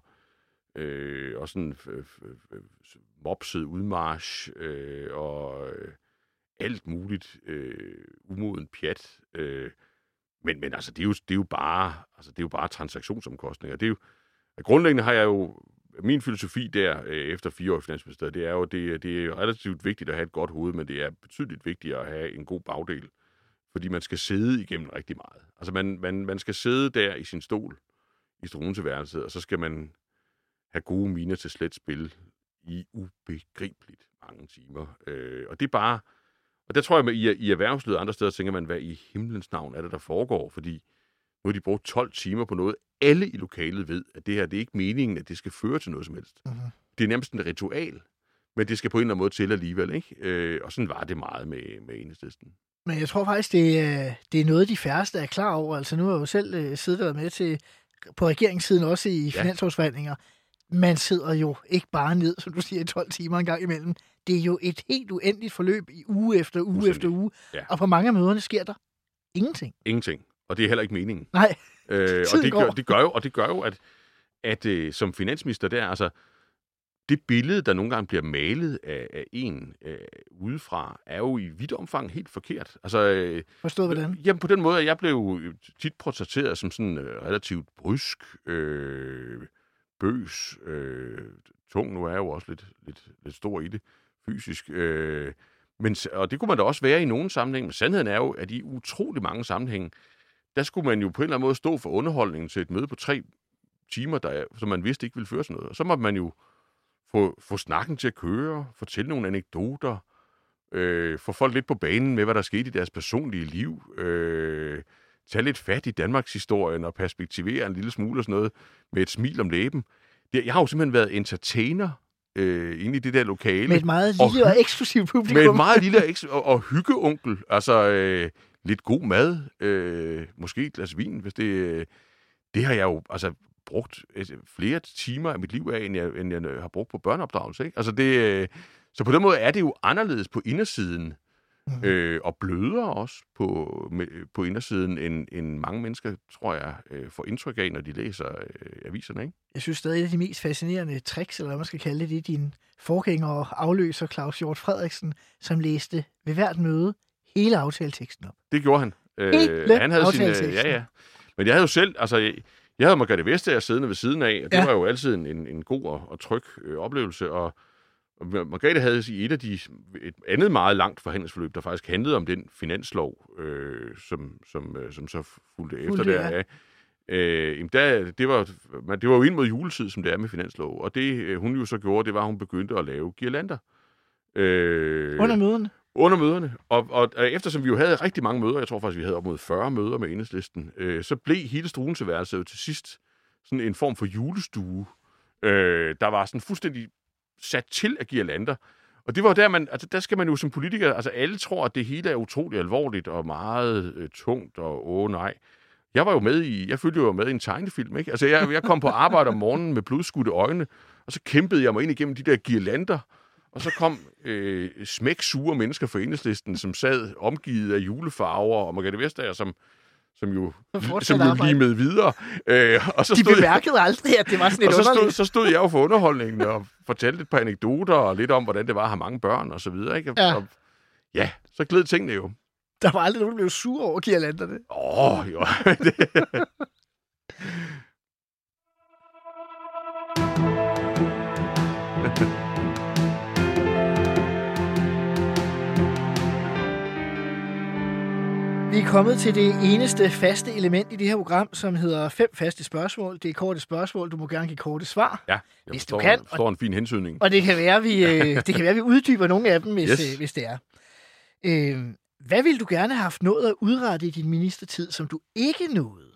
øh, og sådan øh, øh, mopset udmarch, øh, og øh, alt muligt øh, umoden pjat. Øh, men, men altså, det er jo, det er jo bare, altså, det er jo bare transaktionsomkostninger. Det er jo, grundlæggende har jeg jo, min filosofi der, øh, efter fire år i Finansministeriet, det er jo, det, det er relativt vigtigt at have et godt hoved, men det er betydeligt vigtigere at have en god bagdel. Fordi man skal sidde igennem rigtig meget. Altså, man, man, man skal sidde der i sin stol, i Struenseeværelset, og så skal man have gode miner til slet spil i ubegribeligt mange timer. Øh, og det er bare... Og der tror jeg, at i, i erhvervslivet og andre steder tænker man, hvad i himlens navn er det, der foregår? Fordi nu har de brugt tolv timer på noget. Alle i lokalet ved, at det her, det er ikke meningen, at det skal føre til noget som helst. Uh-huh. Det er nærmest en ritual, men det skal på en eller anden måde til alligevel, ikke? Øh, og sådan var det meget med, med Enhedslisten. Men jeg tror faktisk, det er, det er noget, de færreste er klar over. Altså nu har jeg jo selv øh, siddet og været med til, på regeringssiden også i ja. finanslovsforhandlinger. Man sidder jo ikke bare ned, som du siger, i tolv timer en gang imellem. Det er jo et helt uendeligt forløb i uge efter uge Usendig. efter uge. Ja. Og på mange af møderne sker der ingenting. Ingenting. Og det er heller ikke meningen. Nej, øh, og det gør, det gør jo, og det gør jo, at, at øh, som finansminister der, altså det billede, der nogle gange bliver malet af, af en øh, udefra, er jo i vidt omfang helt forkert. Altså, øh, Forstået hvordan? Jamen på den måde, at jeg blev tit portrætteret som sådan øh, relativt brysk, øh, bøs, øh, tung. Nu er jeg jo også lidt, lidt, lidt stor i det, fysisk. Øh, men, og det kunne man da også være i nogle sammenhænge. Men sandheden er jo, at i utrolig mange sammenhænge, der skulle man jo på en eller anden måde stå for underholdningen til et møde på tre timer, der, som man vidste ikke ville føre til noget. Og så måtte man jo få, få snakken til at køre, fortælle nogle anekdoter, øh, få folk lidt på banen med, hvad der skete i deres personlige liv, øh, tage lidt fat i Danmarks historien og perspektivere en lille smule og sådan noget med et smil om læben. Det, jeg har jo simpelthen været entertainer øh, inde i det der lokale. Med et meget lille og, og eksklusivt publikum. Med et meget lille eks- og, og hyggeonkel. Altså øh, lidt god mad, øh, måske et glas vin, hvis det... Det har jeg jo altså brugt flere timer af mit liv af, end jeg, end jeg har brugt på børneopdragelse. Ikke? Altså det, så på den måde er det jo anderledes på indersiden, mm. øh, og blødere også på, med, på indersiden, end, end mange mennesker, tror jeg, øh, får indtryk af, når de læser øh, aviserne. Ikke? Jeg synes stadig, at de mest fascinerende tricks, eller hvad man skal kalde det, det er din forgænger og afløser Claus Hjort Frederiksen, som læste ved hvert møde hele aftaleteksten op. Det gjorde han. Øh, han havde sin, øh, ja, ja. Men jeg havde jo selv, altså, jeg, jeg havde Margrethe Vestager siddende ved siden af, og det ja. var jo altid en, en, en god og, og tryg øh, oplevelse, og, og Margrethe havde i et af de, et andet meget langt forhandlingsforløb, der faktisk handlede om den finanslov, øh, som, som, øh, som så fulgte efter fulgte, der. Ja. Øh, der det, var, det var jo ind mod juletid, som det er med finanslov, og det hun jo så gjorde, det var, at hun begyndte at lave girlander. Øh, Under møderne? Under møderne. Og, og, og eftersom vi jo havde rigtig mange møder, jeg tror faktisk, vi havde op mod fyrre møder med Enhedslisten, øh, så blev hele Struenseeværelset jo til sidst sådan en form for julestue. Øh, der var sådan fuldstændig sat til at girlander. Og det var der, man, altså der skal man jo som politiker, altså alle tror, at det hele er utroligt alvorligt og meget øh, tungt, og åh nej. Jeg var jo med i, jeg følte jo med i en tegnefilm, ikke? Altså jeg, jeg kom på arbejde om morgenen med blodskudte øjne, og så kæmpede jeg mig ind igennem de der girlander. Og så kom øh, smæksure mennesker fra Enhedslisten, som sad omgivet af julefarver, og Margrethe Vestager, som, som jo, som jo limede videre. Øh, og så De stod bemærkede jeg, aldrig, at det var sådan et og så stod, underligt. så stod jeg jo for underholdningen og fortalte et par anekdoter, og lidt om, hvordan det var at have mange børn, og så videre. Ikke? Ja. Og, ja, så gled tingene jo. Der var aldrig nogen, der blev sur over girlanderne. Åh, oh, jo. Vi er kommet til det eneste faste element i det her program, som hedder fem faste spørgsmål. Det er korte spørgsmål, du må gerne give korte svar. Ja, jeg hvis forstår, du kan. forstår en fin hensynning. Og det kan være, vi, det kan være, vi uddyber nogle af dem, hvis, yes. hvis det er. Øh, hvad ville du gerne have haft nået at udrette i din ministertid, som du ikke nåede?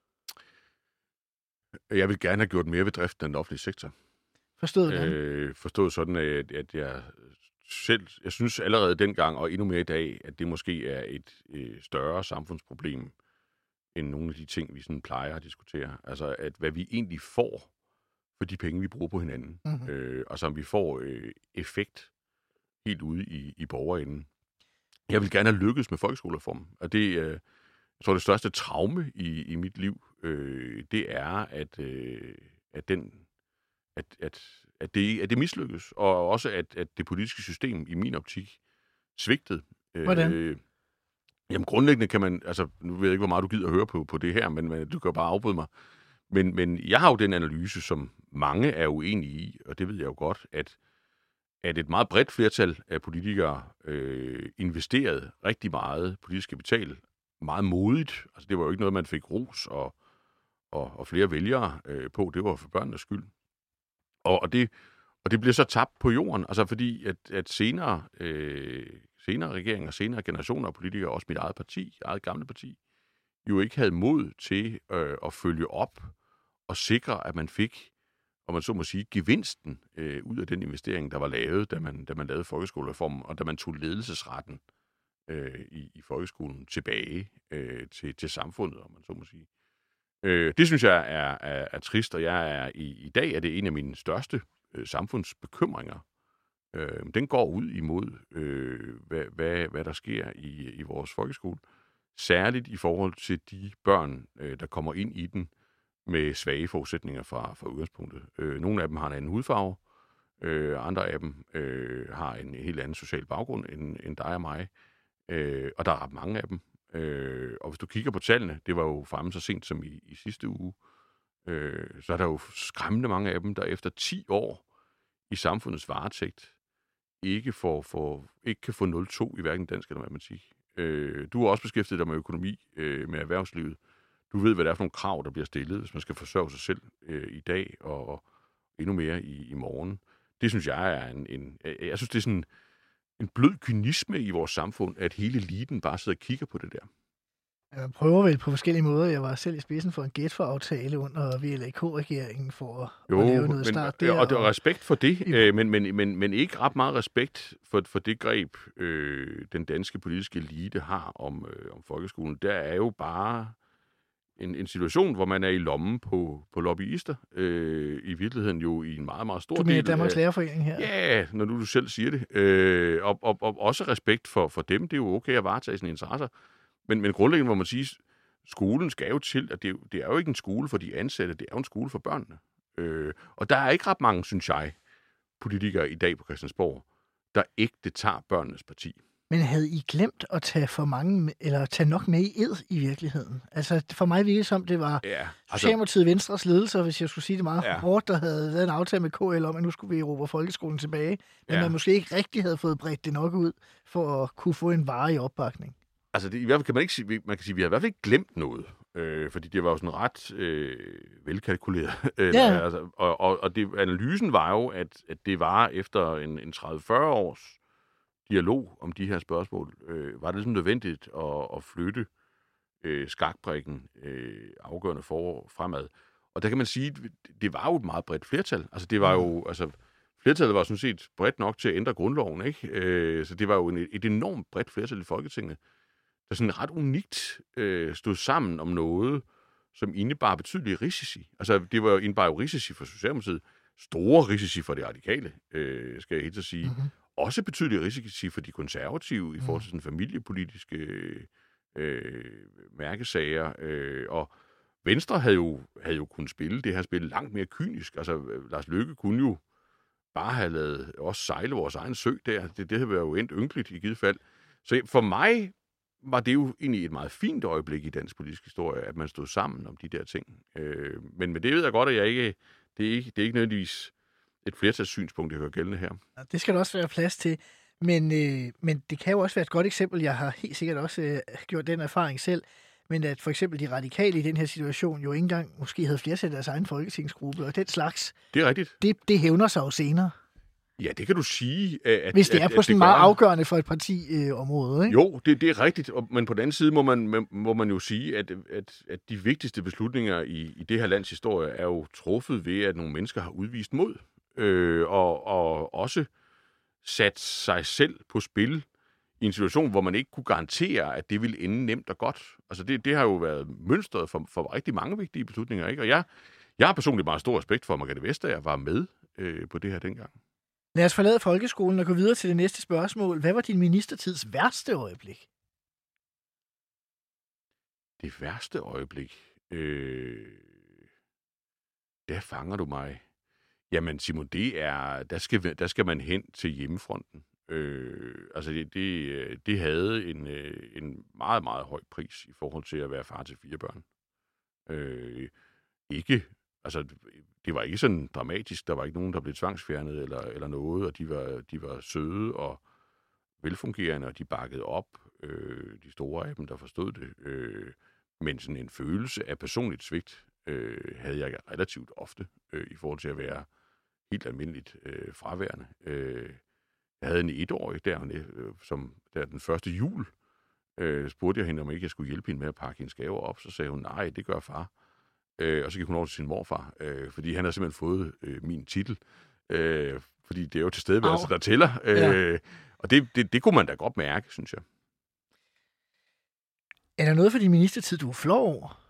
Jeg vil gerne have gjort mere ved driften af den offentlige sektor. Forstået hvordan? Øh, forstået sådan, at, at jeg selv, jeg synes allerede dengang, og endnu mere i dag, at det måske er et øh, større samfundsproblem, end nogle af de ting, vi sådan plejer at diskutere. Altså, at hvad vi egentlig får for de penge, vi bruger på hinanden. Mm-hmm. Øh, og som vi får øh, effekt helt ude i, i borgerenden. Jeg vil gerne have lykkes med folkeskolereformen. Og det, øh, jeg tror, det største traume i, i mit liv, øh, det er, at, øh, at den at, at, at, det, at det mislykkes, og også at, at det politiske system i min optik svigtede Hvordan? Øh, jamen grundlæggende kan man, altså nu ved jeg ikke, hvor meget du gider at høre på, på det her, men, men du kan bare afbryde mig. Men, men jeg har jo den analyse, som mange er uenige i, og det ved jeg jo godt, at, at et meget bredt flertal af politikere øh, investerede rigtig meget politisk kapital, meget modigt. Altså det var jo ikke noget, man fik ros og, og, og flere vælgere øh, på. Det var for børnenes skyld. Og, og, det, og det bliver så tabt på jorden, altså fordi at, at senere, øh, senere regeringer, senere generationer af politikere, også mit eget parti, eget gamle parti, jo ikke havde mod til øh, at følge op og sikre, at man fik, om man så må sige, gevinsten øh, ud af den investering, der var lavet, da man, da man lavede folkeskolereformen, og da man tog ledelsesretten øh, i, i folkeskolen tilbage øh, til, til samfundet, om man så må sige. Øh, det synes jeg er, er, er trist, og jeg er i, i dag er det en af mine største øh, samfundsbekymringer. Øh, den går ud imod, øh, hvad, hvad, hvad der sker i, i vores folkeskole. Særligt i forhold til de børn, øh, der kommer ind i den med svage forudsætninger fra, fra udgangspunktet. Øh, nogle af dem har en anden hudfarve, øh, andre af dem øh, har en helt anden social baggrund end, end dig og mig, øh, og der er ret mange af dem. Øh, og hvis du kigger på tallene, det var jo fremme så sent som i, i sidste uge, øh, så er der jo skræmmende mange af dem, der efter ti år i samfundets varetægt ikke, får, får, ikke kan få nul komma to i hverken dansk eller matematik. Øh, du har også beskæftiget dig med økonomi, øh, med erhvervslivet. Du ved, hvad det er for nogle krav, der bliver stillet, hvis man skal forsørge sig selv øh, i dag og, og endnu mere i, i morgen. Det synes jeg er en, en... Jeg synes, det er sådan en blød kynisme i vores samfund, at hele eliten bare sidder og kigger på det der. Jeg prøver vel på forskellige måder. Jeg var selv i spidsen for en gæt-for-aftale under V L A K-regeringen for at, jo, at lave noget men, start der. Og, og respekt for det, i, øh, men, men, men, men ikke ret meget respekt for, for det greb, øh, den danske politiske elite har om, øh, om folkeskolen. Der er jo bare en, en situation, hvor man er i lommen på, på lobbyister. Øh, I virkeligheden jo i en meget, meget stor del. Du mener Danmarks Lærerforening her? Ja, når du, du selv siger det. Øh, og, og, og også respekt for, for dem. Det er jo okay at varetage sine interesser. Men, men grundlæggende må man sige, skolen skal jo til, at det, det er jo ikke en skole for de ansatte, det er jo en skole for børnene. Øh, og der er ikke ret mange, synes jeg, politikere i dag på Christiansborg, der ægte tager børnenes parti. Men havde I glemt at tage for mange, eller tage nok med i ed i virkeligheden? Altså for mig virkede som, det var ja, altså, Socialdemokratiet Venstres ledelser, hvis jeg skulle sige det meget ja. hårdt, der havde lavet en aftale med K L om, at nu skulle vi erobre folkeskolen tilbage. Men ja. man måske ikke rigtig havde fået bredt det nok ud, for at kunne få en varig opbakning. Altså, det, i hvert fald kan man ikke sige, man kan sige, at vi har i hvert fald ikke glemt noget, øh, fordi det var jo sådan ret øh, velkalkuleret. Ja. altså, og og, og det, analysen var jo, at, at det var efter en, en tredive til fyrre års dialog om de her spørgsmål, øh, var det ligesom nødvendigt at, at flytte øh, skakbrikken øh, afgørende for fremad. Og der kan man sige, at det var jo et meget bredt flertal. Altså, det var jo... Altså, flertallet var sådan set bredt nok til at ændre grundloven, ikke? Øh, så det var jo en, et enormt bredt flertal i Folketinget, der sådan ret unikt øh, stod sammen om noget, som indebar betydelige risici. Altså, det var jo indebar jo risici for Socialdemokratiet, store risici for de radikale, øh, skal jeg helt at sige. Mm-hmm. Også betydelige risici for de konservative mm. i forhold til sådan familiepolitiske øh, mærkesager. Øh, og Venstre havde jo, havde jo kunnet spille det her spil langt mere kynisk. Altså, Lars Løkke kunne jo bare have lavet os sejle vores egen sø der. Det, det havde jo endt ynkeligt i givet fald. Så for mig var det jo egentlig et meget fint øjeblik i dansk politisk historie, at man stod sammen om de der ting. Øh, men med det ved jeg godt, at jeg ikke, det er ikke, det er ikke nødvendigvis et flertalssynspunkt, jeg gør gældende her. Det skal der også være plads til. Men, øh, men det kan jo også være et godt eksempel. Jeg har helt sikkert også øh, gjort den erfaring selv. Men at for eksempel de radikale i den her situation jo ikke engang måske havde flertal af deres egen folketingsgruppe og den slags. Det er rigtigt. Det, det hævner sig jo senere. Ja, det kan du sige. At, Hvis det er at, på at sådan det meget gør... afgørende for et parti-område, øh, ikke? Jo, det, det er rigtigt. Men på den anden side må man, må man jo sige, at, at, at de vigtigste beslutninger i, i det her lands historie er jo truffet ved, at nogle mennesker har udvist mod. Øh, og, og også sat sig selv på spil i en situation, hvor man ikke kunne garantere, at det ville ende nemt og godt. Altså det, det har jo været mønstret for, for rigtig mange vigtige beslutninger, ikke? Og jeg, jeg har personligt meget stor respekt for, at Margrethe Vestager var med øh, på det her dengang. Lad os forlade folkeskolen og gå videre til det næste spørgsmål. Hvad var din ministertids værste øjeblik? Det værste øjeblik? Øh, der fanger du mig. Jamen Simon, det er, der skal, der skal man hen til hjemmefronten. Øh, altså, det, det, det havde en, en meget, meget høj pris i forhold til at være far til fire børn. Øh, ikke, altså, det var ikke sådan dramatisk. Der var ikke nogen, der blev tvangsfjernet eller, eller noget, og de var, de var søde og velfungerende, og de bakkede op. Øh, de store af dem, der forstod det. Øh, men sådan en følelse af personligt svigt øh, havde jeg relativt ofte øh, i forhold til at være helt almindeligt øh, fraværende. Øh, jeg havde en etårig der, øh, som der den første jul, øh, spurgte jeg hende, om ikke jeg skulle hjælpe hende med at pakke hendes gaver op. Så sagde hun, nej, det gør far. Øh, og så gik hun over til sin morfar, øh, fordi han havde simpelthen fået øh, min titel. Øh, fordi det er jo til stedeværelse, der tæller. Øh, ja. Og det, det, det kunne man da godt mærke, synes jeg. Er der noget for din ministertid, du er flov over?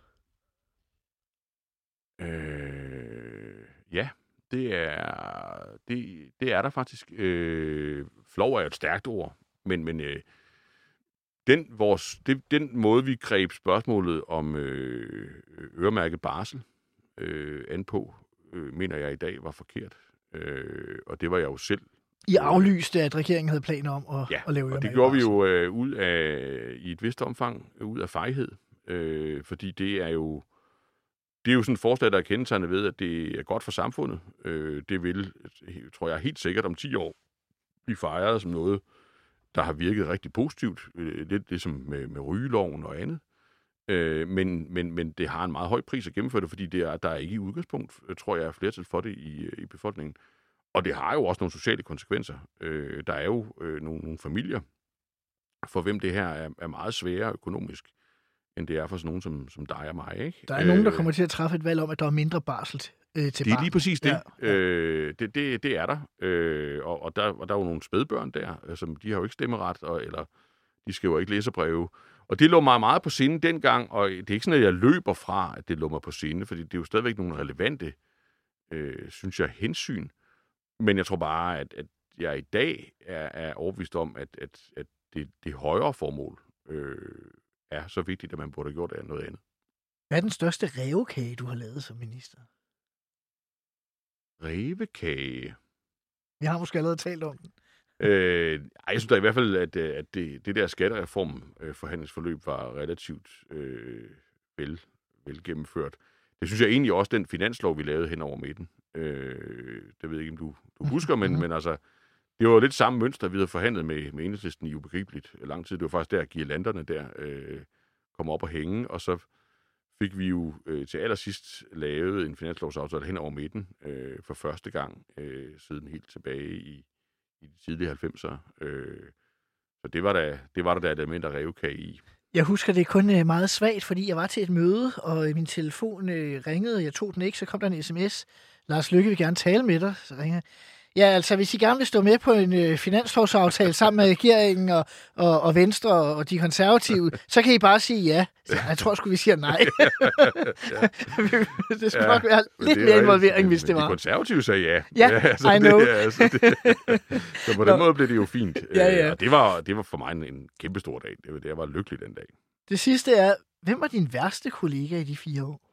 Øh, ja, det er, det, det er der faktisk. Øh, flov er et stærkt ord, men, men øh, den, vores, det, den måde, vi greb spørgsmålet om øh, øremærket barsel øh, an på, øh, mener jeg i dag var forkert. Øh, og det var jeg jo selv. I aflyste, at regeringen havde planer om at, ja, at lave øremærket og det gjorde barsel. Vi jo øh, ud af, i et vist omfang, ud af fejhed. Øh, fordi det er jo det er jo sådan et forslag, der er kendetegnet ved, at det er godt for samfundet. Øh, det vil, tror jeg, helt sikkert om ti år blive fejret som noget, der har virket rigtig positivt. Øh, lidt ligesom med, med rygeloven og andet. Øh, men, men, men det har en meget høj pris at gennemføre det, fordi det er, der er ikke i udgangspunkt, tror jeg, er flertal for det i, i befolkningen. Og det har jo også nogle sociale konsekvenser. Øh, der er jo øh, nogle, nogle familier, for hvem det her er, er meget sværere økonomisk, end det er for sådan nogen som, som dig og mig. Ikke? Der er øh, nogen, der kommer til at træffe et valg om, at der er mindre barsel øh, til Det er barn. lige præcis det. Ja. Øh, det, det. Det er der. Øh, og, og der. Og der er jo nogle spædbørn der, altså, de har jo ikke stemmeret, og, eller de skriver ikke læserbreve. Og det lå mig meget på sinde dengang, og det er ikke sådan, at jeg løber fra, at det lå mig på sinde, fordi det er jo stadigvæk nogle relevante, øh, synes jeg, hensyn. Men jeg tror bare, at, at jeg i dag er, er overbevist om, at, at, at det, det højere formål øh, er så vigtigt, at man burde have gjort af noget andet. Hvad er den største rævekage, du har lavet som minister? Rævekage? Vi har måske allerede talt om den. Øh, jeg synes da i hvert fald, at, at det, det der skattereform-forhandlingsforløb var relativt øh, vel, vel gennemført. Det synes jeg egentlig også, den finanslov, vi lavede hen over midten. Øh, det ved jeg ikke, om du, du husker, men, men altså, det var jo lidt samme mønster, vi havde forhandlet med, med Enhedslisten i ubegribeligt lang tid. Det var faktisk der, at girlanderne der øh, kom op og hænge, og så fik vi jo øh, til allersidst lavet en finanslovsaftale hen over midten øh, for første gang øh, siden helt tilbage i, i de tidlige halvfemser. Øh, så det var der, det var der, der et element af rævekage i. Jeg husker det kun meget svagt, fordi jeg var til et møde, og min telefon øh, ringede, jeg tog den ikke, så kom der en sms. Lars Løkke vil gerne tale med dig. Så ringer ja, altså hvis I gerne vil stå med på en øh, finanslovsaftale sammen med regeringen og, og, og Venstre og de konservative, så kan I bare sige ja. Så jeg tror sgu, vi siger nej. Det skulle ja, nok være lidt mere involvering, hvis det var. De konservative sagde ja. Ja, ja altså, I know. Det, altså, det, så på den måde blev det jo fint. Ja, ja. Og det var, det var for mig en, en kæmpe stor dag. Det var, det var lykkelig den dag. Det sidste er, hvem var din værste kollega i de fire år?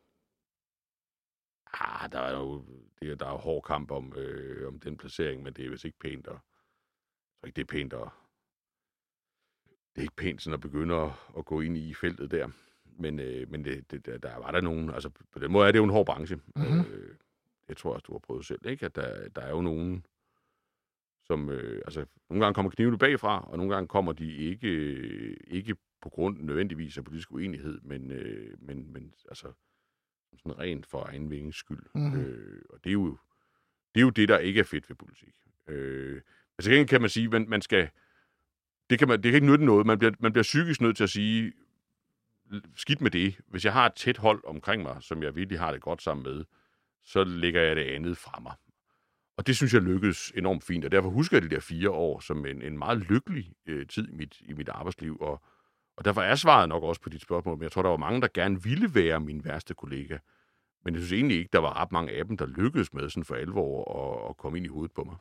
Ah, der er jo det, der er jo hård kamp om, øh, om den placering, men det er vist ikke pænt at, ikke det er pænt at, det er ikke pænt sådan at begynde at, at gå ind i feltet der. Men, øh, men det, det, der, der var der nogen, altså på den måde er det jo en hård branche. Mm-hmm. Øh, jeg tror også, du har prøvet selv, ikke? At der, der er jo nogen, som, øh, altså nogle gange kommer knivene bagfra, og nogle gange kommer de ikke, øh, ikke på grund nødvendigvis af politisk uenighed, men, øh, men, men altså sådan rent for egen vingens skyld. Mm-hmm. Øh, og det er, jo, det er jo det, der ikke er fedt ved politik. Øh, altså igen kan man sige, man, man skal, det kan, man, det kan ikke nytte noget. Man bliver, man bliver psykisk nødt til at sige, skidt med det. Hvis jeg har et tæt hold omkring mig, som jeg virkelig har det godt sammen med, så lægger jeg det andet fra mig. Og det synes jeg lykkedes enormt fint, og derfor husker jeg de der fire år som en, en meget lykkelig øh, tid i mit, i mit arbejdsliv, og Og derfor er svaret nok også på dit spørgsmål, men jeg tror, der var mange, der gerne ville være min værste kollega. Men jeg synes egentlig ikke, der var ret mange af dem, der lykkedes med sådan for alvor at, at komme ind i hovedet på mig.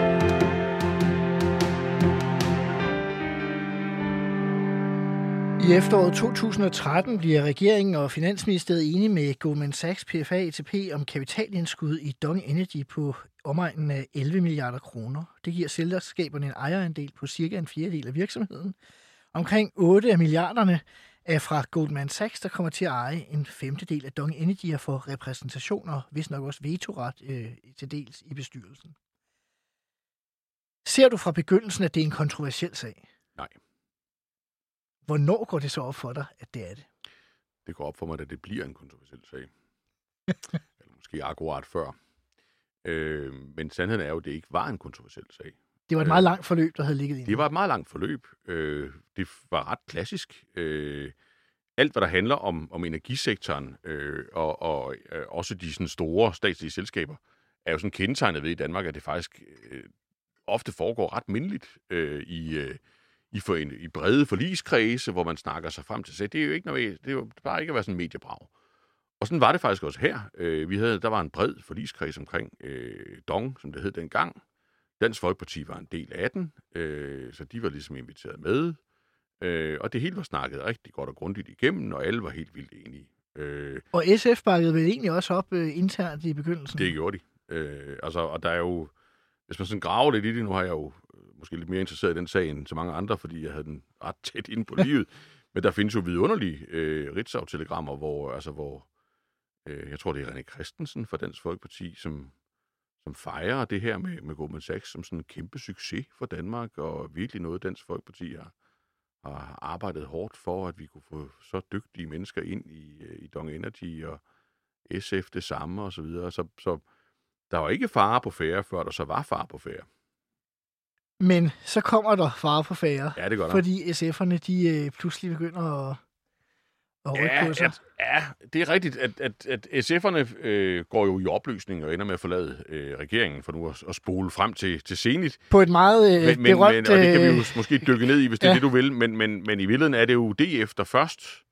I I efteråret to tusind og tretten bliver regeringen og Finansministeriet enige med Goldman Sachs, P F A, A T P om kapitalindskud i Dong Energy på omegnen af elleve milliarder kroner. Det giver selskaberne en ejerandel på cirka en fjerdedel af virksomheden. Omkring otte af milliarderne er fra Goldman Sachs, der kommer til at eje en femtedel af Dong Energy og får repræsentationer, hvis nok også vetoret øh, til dels i bestyrelsen. Ser du fra begyndelsen, at det er en kontroversiel sag? Nej. Hvornår går det så op for dig, at det er det? Det går op for mig, at det bliver en kontroversiel sag. Eller måske akkurat før. Øh, men sandheden er jo, at det ikke var en kontroversiel sag. Det var et meget langt forløb, der havde ligget i. Det var et meget langt forløb. Øh, det var ret klassisk. Øh, alt, hvad der handler om, om energisektoren, øh, og, og øh, også de sådan, store statslige selskaber, er jo sådan kendetegnet ved i Danmark, at det faktisk øh, ofte foregår ret mindeligt øh, i, øh, i, for, i brede forligskredse, hvor man snakker sig frem til sig. Det er jo ikke noget, det er jo bare ikke at være sådan en mediebrag. Og sådan var det faktisk også her. Øh, vi havde, der var en bred forligskreds omkring øh, Dong, som det hed dengang. Dansk Folkeparti var en del af den, øh, så de var ligesom inviteret med. Øh, og det hele var snakket rigtig godt og grundigt igennem, og alle var helt vildt enige. Øh, og S F bakkede vel egentlig også op øh, internt i begyndelsen? Det gjorde de. Øh, altså, og der er jo, hvis man sådan graver lidt i det, nu har jeg jo måske lidt mere interesseret i den sag end så mange andre, fordi jeg havde den ret tæt inde på livet. Men der findes jo vidunderlige øh, Ritzau-telegrammer, hvor, altså, hvor øh, jeg tror, det er René Christensen fra Dansk Folkeparti, som som fejrer det her med, med Goldman Sachs som sådan en kæmpe succes for Danmark, og virkelig noget, Dansk Folkeparti har, har arbejdet hårdt for, at vi kunne få så dygtige mennesker ind i, i Dong Energy, og S F det samme, og så videre. Så, så der var ikke fare på færre, før der så var fare på færre. Men så kommer der fare på færre, ja, det gør der. Fordi S F'erne, de øh, pludselig begynder at Ja, at, ja, det er rigtigt, at, at, at S F'erne øh, går jo i opløsning og ender med at forlade øh, regeringen for nu at, at spole frem til, til senigt. På et meget øh, men, berømt... Men, og det kan vi jo måske dykke ned i, hvis det ja. er det, du vil. Men, men, men i virkeligheden er det jo D F, der først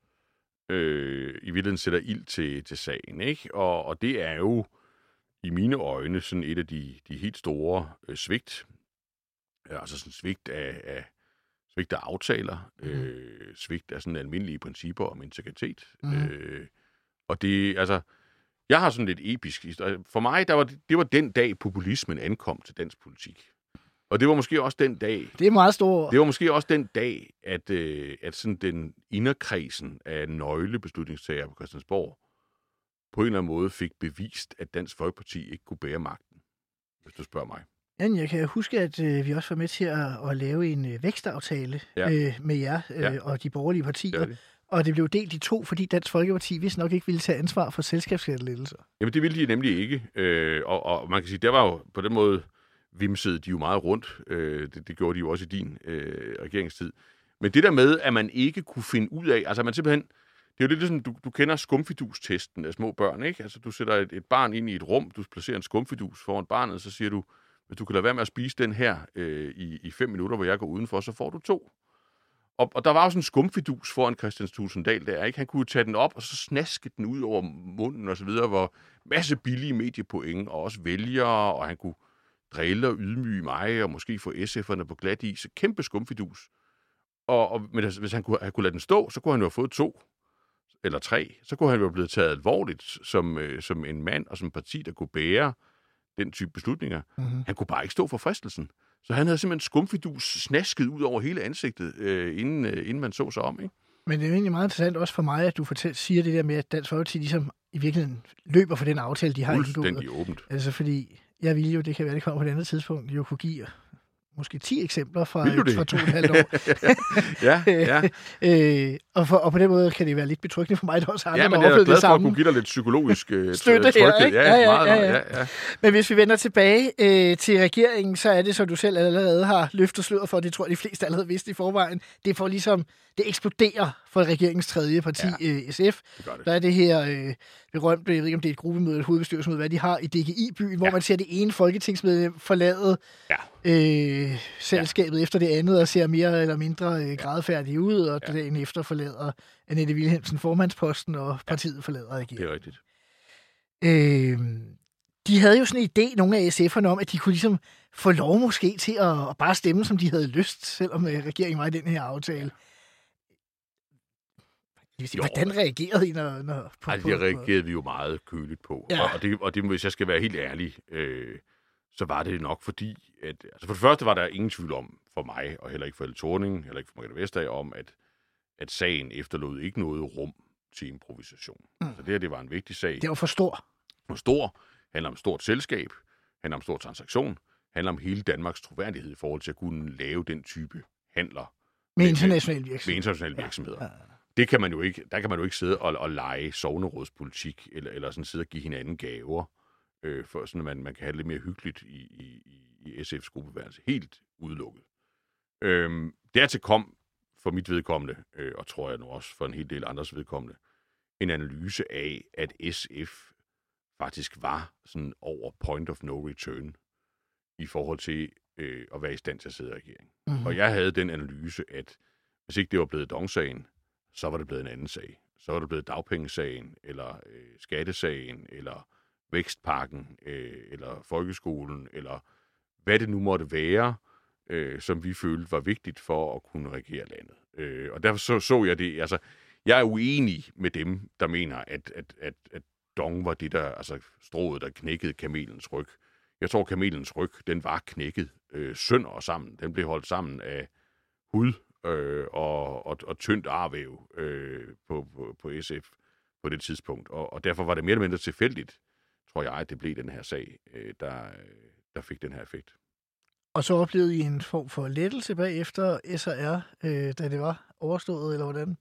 øh, i virkeligheden sætter ild til, til sagen. Ikke? Og, og det er jo i mine øjne sådan et af de, de helt store øh, svigt. Altså sådan svigt af... af svigt af aftaler, mm. øh, svigt af sådan almindelige principper om integritet. Mm. Øh, og det, altså, jeg har sådan lidt episk historie. For mig, der var, det var den dag, populismen ankom til dansk politik. Og det var måske også den dag... Det er meget stort. Det var måske også den dag, at, øh, at sådan den inderkredsen af nøglebeslutningstager på Christiansborg på en eller anden måde fik bevist, at Dansk Folkeparti ikke kunne bære magten, hvis du spørger mig. Jeg kan huske, at øh, vi også var med til at, at lave en øh, vækstaftale ja. øh, med jer øh, ja. og de borgerlige partier. Det det. Og det blev delt i to, fordi Dansk Folkeparti vist nok ikke ville tage ansvar for selskabsskattelettelser. Jamen det ville de nemlig ikke. Øh, og, og man kan sige, der var jo på den måde, vimsede de jo meget rundt. Øh, det, det gjorde de jo også i din øh, regeringstid. Men det der med, at man ikke kunne finde ud af, altså man simpelthen, det er jo lidt ligesom, du, du kender skumfidustesten af små børn, ikke? Altså du sætter et, et barn ind i et rum, du placerer en skumfidus foran barnet, så siger du, hvis du kan lade være med at spise den her øh, i, i fem minutter, hvor jeg går udenfor, så får du to. Og, og der var jo sådan en skumfidus foran Christian Thulesen Dahl der, ikke? Han kunne tage den op, og så snaske den ud over munden og så videre, hvor masse billige mediepoint, og også vælgere, og han kunne drille og ydmyge mig, og måske få S F'erne på glat is. Kæmpe skumfidus. Og, og men hvis han kunne, han kunne lade den stå, så kunne han jo have fået to eller tre. Så kunne han jo have blevet taget alvorligt som, øh, som en mand og som parti, der kunne bære den type beslutninger. Mm-hmm. Han kunne bare ikke stå for fristelsen. Så han havde simpelthen skumfidus snasket ud over hele ansigtet, øh, inden, øh, inden man så sig om, ikke? Men det er jo egentlig meget interessant også for mig, at du fortæl, siger det der med, at Dansk Folkeparti ligesom i virkeligheden løber for den aftale, de har indgået. Fuldstændig åbent. Altså fordi, jeg ville jo, det kan være, det kommer på et andet tidspunkt, jo kunne give måske ti eksempler fra, fra to og et halvt år. ja, ja. øh, og, for, og på den måde kan det være lidt betryggende for mig, der også har ja, andre, der oplevet det samme. Ja, men jeg er glad for at kunne give dig lidt psykologisk øh, støtte her, ikke? Ja, ja, ja, meget, ja, ja. ja, ja. Men hvis vi vender tilbage øh, til regeringen, så er det, som du selv allerede har løftet sløret for, det tror jeg, de fleste allerede vidste i forvejen, det får ligesom, det eksploderer for regeringens tredje parti, ja, øh, S F. Det det. Der er det her øh, berømte, jeg ved ikke, om det er et gruppemøde, et hovedbestyrelsesmøde, hvad de har i D G I-byen, hvor ja. man ser det ene folketingsmedlem forlade ja. øh, selskabet ja. efter det andet, og ser mere eller mindre øh, gradfærdige ud, og ja. dagen efter forlader Annette Wilhelmsen formandsposten, og partiet ja. forlader regeringen. Det er rigtigt. Øh, de havde jo sådan en idé, nogle af S F'erne, om, at de kunne ligesom få lov måske til at, at bare stemme, som de havde lyst, selvom øh, regeringen var i den her aftale. Hvordan reagerede I, når... når på, altså, på, det reagerede vi jo meget køligt på. Ja. Og, og, det, og det, hvis jeg skal være helt ærlig, øh, så var det nok fordi, at... Altså for det første var der ingen tvivl om for mig, og heller ikke for Helle Thorning, heller ikke for Margrethe Vestager, om, at, at sagen efterlod ikke noget rum til improvisation. Mm. Så det her, det var en vigtig sag. Det var for stor. For stor. Handler om stort selskab. Handler om stor transaktion. Handler om hele Danmarks troværdighed i forhold til at kunne lave den type handler. Med internationale virksomheder. Med internationale virksomheder. Ja. Ja. Det kan man jo ikke, der kan man jo ikke sidde og, og lege sognerådspolitik, eller, eller sådan sidde og give hinanden gaver, øh, for sådan at man, man kan have det lidt mere hyggeligt i, i, i S F's gruppeværelse. Helt udelukket. Øhm, dertil kom for mit vedkommende, øh, og tror jeg nu også for en hel del andres vedkommende, en analyse af, at S F faktisk var sådan over point of no return i forhold til øh, at være i stand til at sidde i regering. Mm-hmm. Og jeg havde den analyse, at hvis ikke det var blevet Dong-sagen, så var det blevet en anden sag. Så var det blevet dagpengesagen, eller øh, skattesagen, eller vækstpakken, øh, eller folkeskolen, eller hvad det nu måtte være, øh, som vi følte var vigtigt for at kunne regere landet. Øh, og derfor så, så jeg det, altså, jeg er uenig med dem, der mener, at, at, at, at Dong var det der, altså strået, der knækkede kamelens ryg. Jeg tror, kamelens ryg, den var knækket øh, sønder og sammen. Den blev holdt sammen af hud øh, og, og, og tyndt arvæv øh, på, på, på S F på det tidspunkt. Og, og derfor var det mere eller mindre tilfældigt, tror jeg, at det blev den her sag, øh, der, der fik den her effekt. Og så oplevede I en form for lettelse bagefter S og R, øh, da det var overstået, eller hvordan?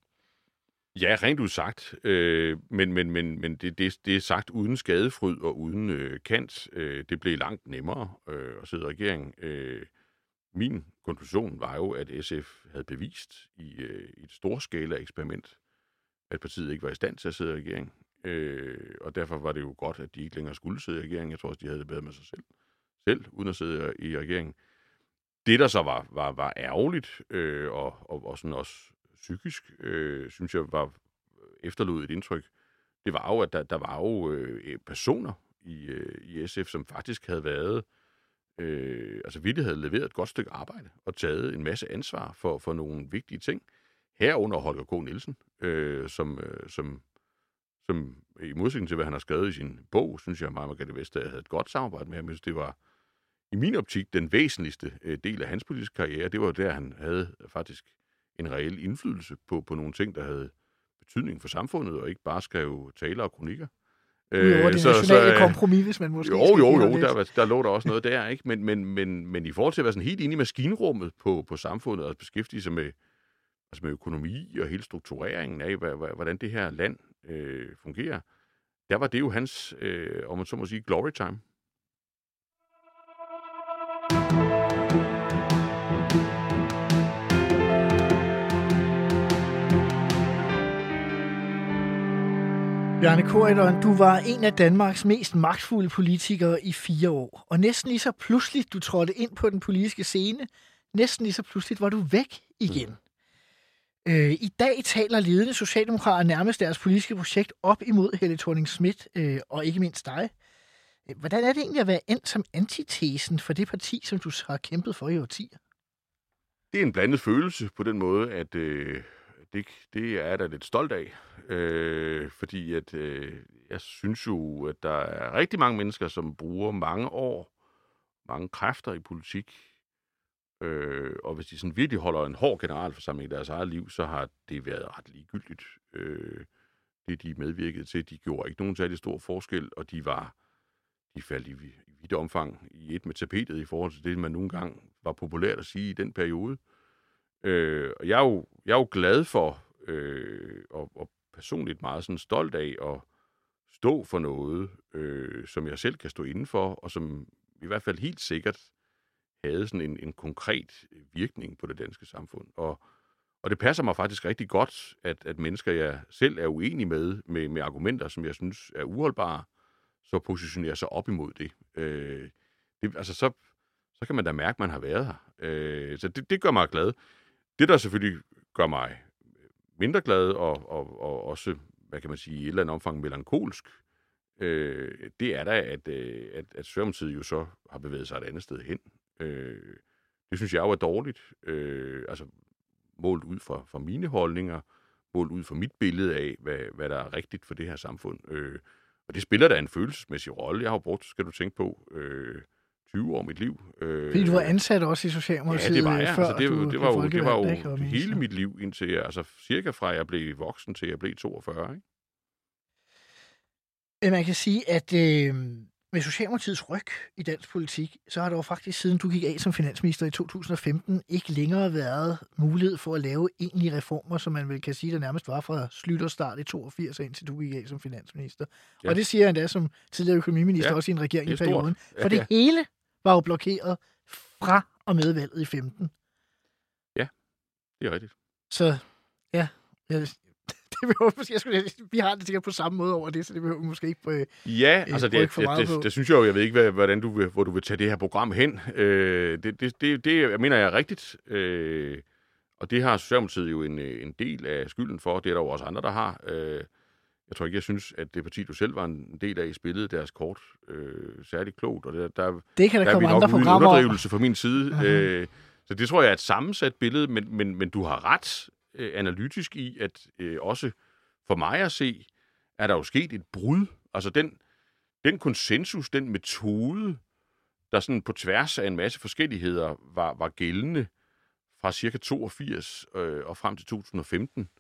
Ja, rent udsagt, øh, men, men, men, men det, det, det er sagt uden skadefryd og uden øh, kant. Øh, det blev langt nemmere øh, at sidde i regering. Øh, min konklusion var jo, at S F havde bevist i, øh, i et storskala eksperiment, at partiet ikke var i stand til at sidde i regering. Øh, og derfor var det jo godt, at de ikke længere skulle sidde i regering. Jeg tror også, de havde det bedre med sig selv, selv uden at sidde i regering. Det, der så var, var, var ærgerligt øh, og, og, og sådan også psykisk, øh, synes jeg, var efterlod et indtryk. Det var jo, at der, der var jo øh, personer i, øh, i S F, som faktisk havde været, øh, altså virkelig havde leveret et godt stykke arbejde og taget en masse ansvar for, for nogle vigtige ting. Herunder Holger K. Nielsen, øh, som, øh, som, som i modsætning til, hvad han har skrevet i sin bog, synes jeg, at Margrethe Vestager havde et godt samarbejde med ham. Det var i min optik den væsentligste øh, del af hans politiske karriere. Det var der, han havde faktisk en reel indflydelse på, på nogle ting, der havde betydning for samfundet, og ikke bare skrev taler og kronikker. Jo, øh, det så, nationale så, kompromis, hvis man måske... Jo, jo, jo, der, der lå der også noget der, ikke? Men, men, men, men i forhold til at være sådan helt inde i maskinrummet på, på samfundet, og beskæftige sig med, altså med økonomi og hele struktureringen af, hvordan det her land øh, fungerer, der var det jo hans, øh, om man så må sige, glory time. Bjarne Corydon, du var en af Danmarks mest magtfulde politikere i fire år. Og næsten lige så pludseligt, du trådte ind på den politiske scene, næsten lige så pludseligt var du væk igen. Mm. Øh, I dag taler ledende socialdemokrater nærmest deres politiske projekt op imod Helle Thorning-Schmidt øh, og ikke mindst dig. Hvordan er det egentlig at være endt som antitesen for det parti, som du har kæmpet for i årtier? Det er en blandet følelse på den måde, at... Øh Det, det er jeg da lidt stolt af, øh, fordi at, øh, jeg synes jo, at der er rigtig mange mennesker, som bruger mange år, mange kræfter i politik, øh, og hvis de sådan virkelig holder en hård generalforsamling i deres eget liv, så har det været ret ligegyldigt. Øh, det, de medvirkede til, de gjorde ikke nogen særlig stor forskel, og de var de faldt i, i vidt omfang i et med tapetet i forhold til det, man nogle gange var populært at sige i den periode. Øh, og jeg er, jo, jeg er jo glad for, øh, og, og personligt meget sådan stolt af at stå for noget, øh, som jeg selv kan stå inden for, og som i hvert fald helt sikkert havde sådan en, en konkret virkning på det danske samfund. Og, og det passer mig faktisk rigtig godt, at, at mennesker, jeg selv er uenig med, med, med argumenter, som jeg synes er uholdbare, så positionerer sig op imod det. Øh, det altså så, så kan man da mærke, at man har været her. Øh, så det, det gør mig glad. Det, der selvfølgelig gør mig mindre glad, og, og, og også, hvad kan man sige, i et eller andet omfang melankolsk, øh, det er da, at, at, at Socialdemokratiet jo så har bevæget sig et andet sted hen. Øh, det synes jeg jo er dårligt. Øh, altså, målt ud fra, fra mine holdninger, målt ud fra mit billede af, hvad, hvad der er rigtigt for det her samfund. Øh, og det spiller da en følelsesmæssig rolle. Jeg har jo brugt, skal du tænke på, øh, tyve år af mit liv. Øh, Fordi du var ansat også i Socialdemokratiet. Ja, det var jeg. Før Altså, det, du det var jo, det var jo ikke, hele mit liv, indtil jeg, altså cirka fra jeg blev voksen til jeg blev toogfyrre. Ikke? Man kan sige, at øh, med Socialdemokratiets ryg i dansk politik, så har der jo faktisk, siden du gik af som finansminister i to tusind og femten, ikke længere været mulighed for at lave egentlige reformer, som man vel kan sige, der nærmest var fra slutterstart i toogfirs, indtil du gik af som finansminister. Ja. Og det siger jeg endda som tidligere økonomiminister, ja, også i en regering i perioden. Ja, for det ja. hele var jo blokeret fra og med valget i femten. Ja, det er rigtigt. Så ja, jeg, det behøver, jeg skulle, vi har det sikkert på samme måde over det, så det behøver måske ikke øh, ja, altså det, det, det, det, det synes jeg jo, jeg ved ikke, hvordan du vil, hvor du vil tage det her program hen. Øh, det, det, det, det, jeg mener jeg er rigtigt, øh, og det har Socialdemokratiet jo en, en del af skylden for. Det er der jo også andre, der har. Øh, jeg tror ikke, jeg synes, at det parti, du selv var en del af, spillede deres kort øh, særligt klogt, og der, der, det kan der, der komme er vi nok andre uden underdrivelse fra min side. Uh-huh. Øh, så det tror jeg er et sammensat billede, men, men, men du har ret øh, analytisk i, at øh, også for mig at se, er der jo sket et brud. Altså den, den konsensus, den metode, der sådan på tværs af en masse forskelligheder var, var gældende fra cirka toogfirs øh, og frem til to tusind og femten,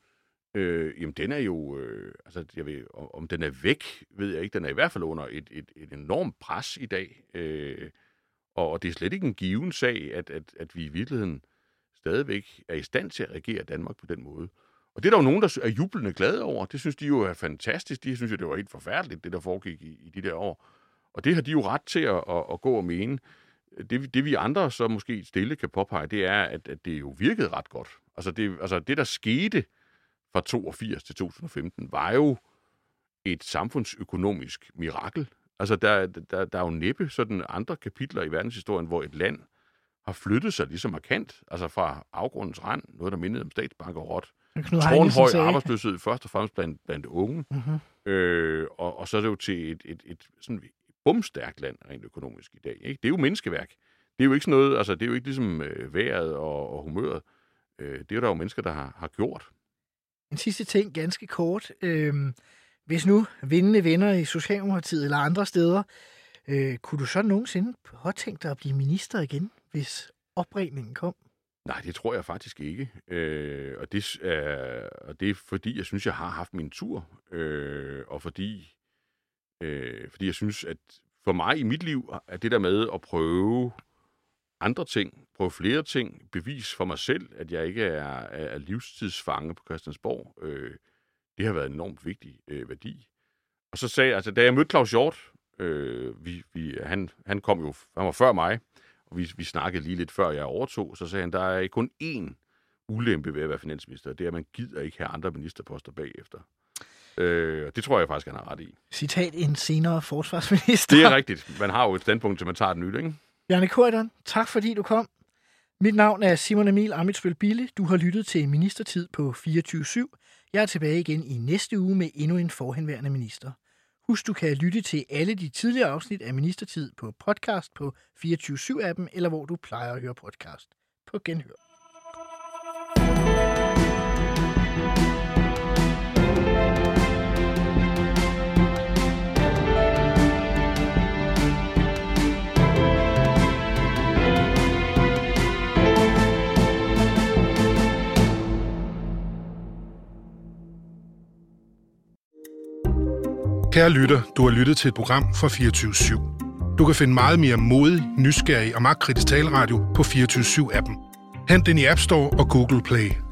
øh, jamen den er jo, øh, altså jeg ved, om den er væk, ved jeg ikke. Den er i hvert fald under et, et, et enormt pres i dag. Øh, og det er slet ikke en given sag, at, at, at vi i virkeligheden stadigvæk er i stand til at regere Danmark på den måde. Og det er der jo nogen, der er jublende glade over. Det synes de jo er fantastisk. De synes jo, det var helt forfærdeligt, det der foregik i, i de der år. Og det har de jo ret til at, at, at gå og mene. Det, det vi andre så måske stille kan påpege, det er, at, at det jo virkede ret godt. Altså det, altså det, der skete fra toogfirs til to tusind og femten, var jo et samfundsøkonomisk mirakel. Altså der, der, der er jo næppe sådan andre kapitler i verdenshistorien, hvor et land har flyttet sig lige så markant. Altså fra afgrundens rand, noget der mindede om statsbankerot, tårnhøj arbejdsløshed, først og fremmest blandt, blandt unge, uh-huh. øh, og, og så er det jo til et, et, et sådan bumstærkt land rent økonomisk i dag. Ikke? Det er jo menneskeværk. Det er jo ikke sådan noget, altså det er jo ikke ligesom øh, vejret og, og humøret. Øh, det er der jo mennesker, der har, har gjort. En sidste ting, ganske kort. Øh, hvis nu vindende venner i Socialdemokratiet eller andre steder, øh, kunne du så nogensinde påtænke dig at blive minister igen, hvis opringningen kom? Nej, det tror jeg faktisk ikke. Øh, og, det er, og det er fordi, jeg synes, jeg har haft min tur. Øh, og fordi, øh, fordi jeg synes, at for mig i mit liv, er det der med at prøve andre ting, prøve flere ting, bevis for mig selv, at jeg ikke er, er livstidsfange på Christiansborg, øh, det har været en enormt vigtig øh, værdi. Og så sagde jeg, altså da jeg mødte Claus Hjort, øh, vi, vi, han, han kom jo, han var før mig, og vi, vi snakkede lige lidt før jeg overtog, så sagde han, der er kun én ulempe ved at være finansminister, det er, at man gider ikke have andre ministerposter bagefter. Øh, det tror jeg faktisk, han har ret i. Citat en senere forsvarsminister. Det er rigtigt. Man har jo et standpunkt til, man tager det nyt, ikke? Bjarne Corydon, tak fordi du kom. Mit navn er Simon Emil Ammitzbøll-Bille. Du har lyttet til Ministertid på fireogtyve syv. Jeg er tilbage igen i næste uge med endnu en forhenværende minister. Husk, du kan lytte til alle de tidligere afsnit af Ministertid på podcast på fireogtyve syv appen, eller hvor du plejer at høre podcast. På genhør. Kære lytter, du har lyttet til et program fra fireogtyve syv. Du kan finde meget mere modig, nysgerrig og magtkritisk taleradio på fireogtyve syv appen. Hent den i App Store og Google Play.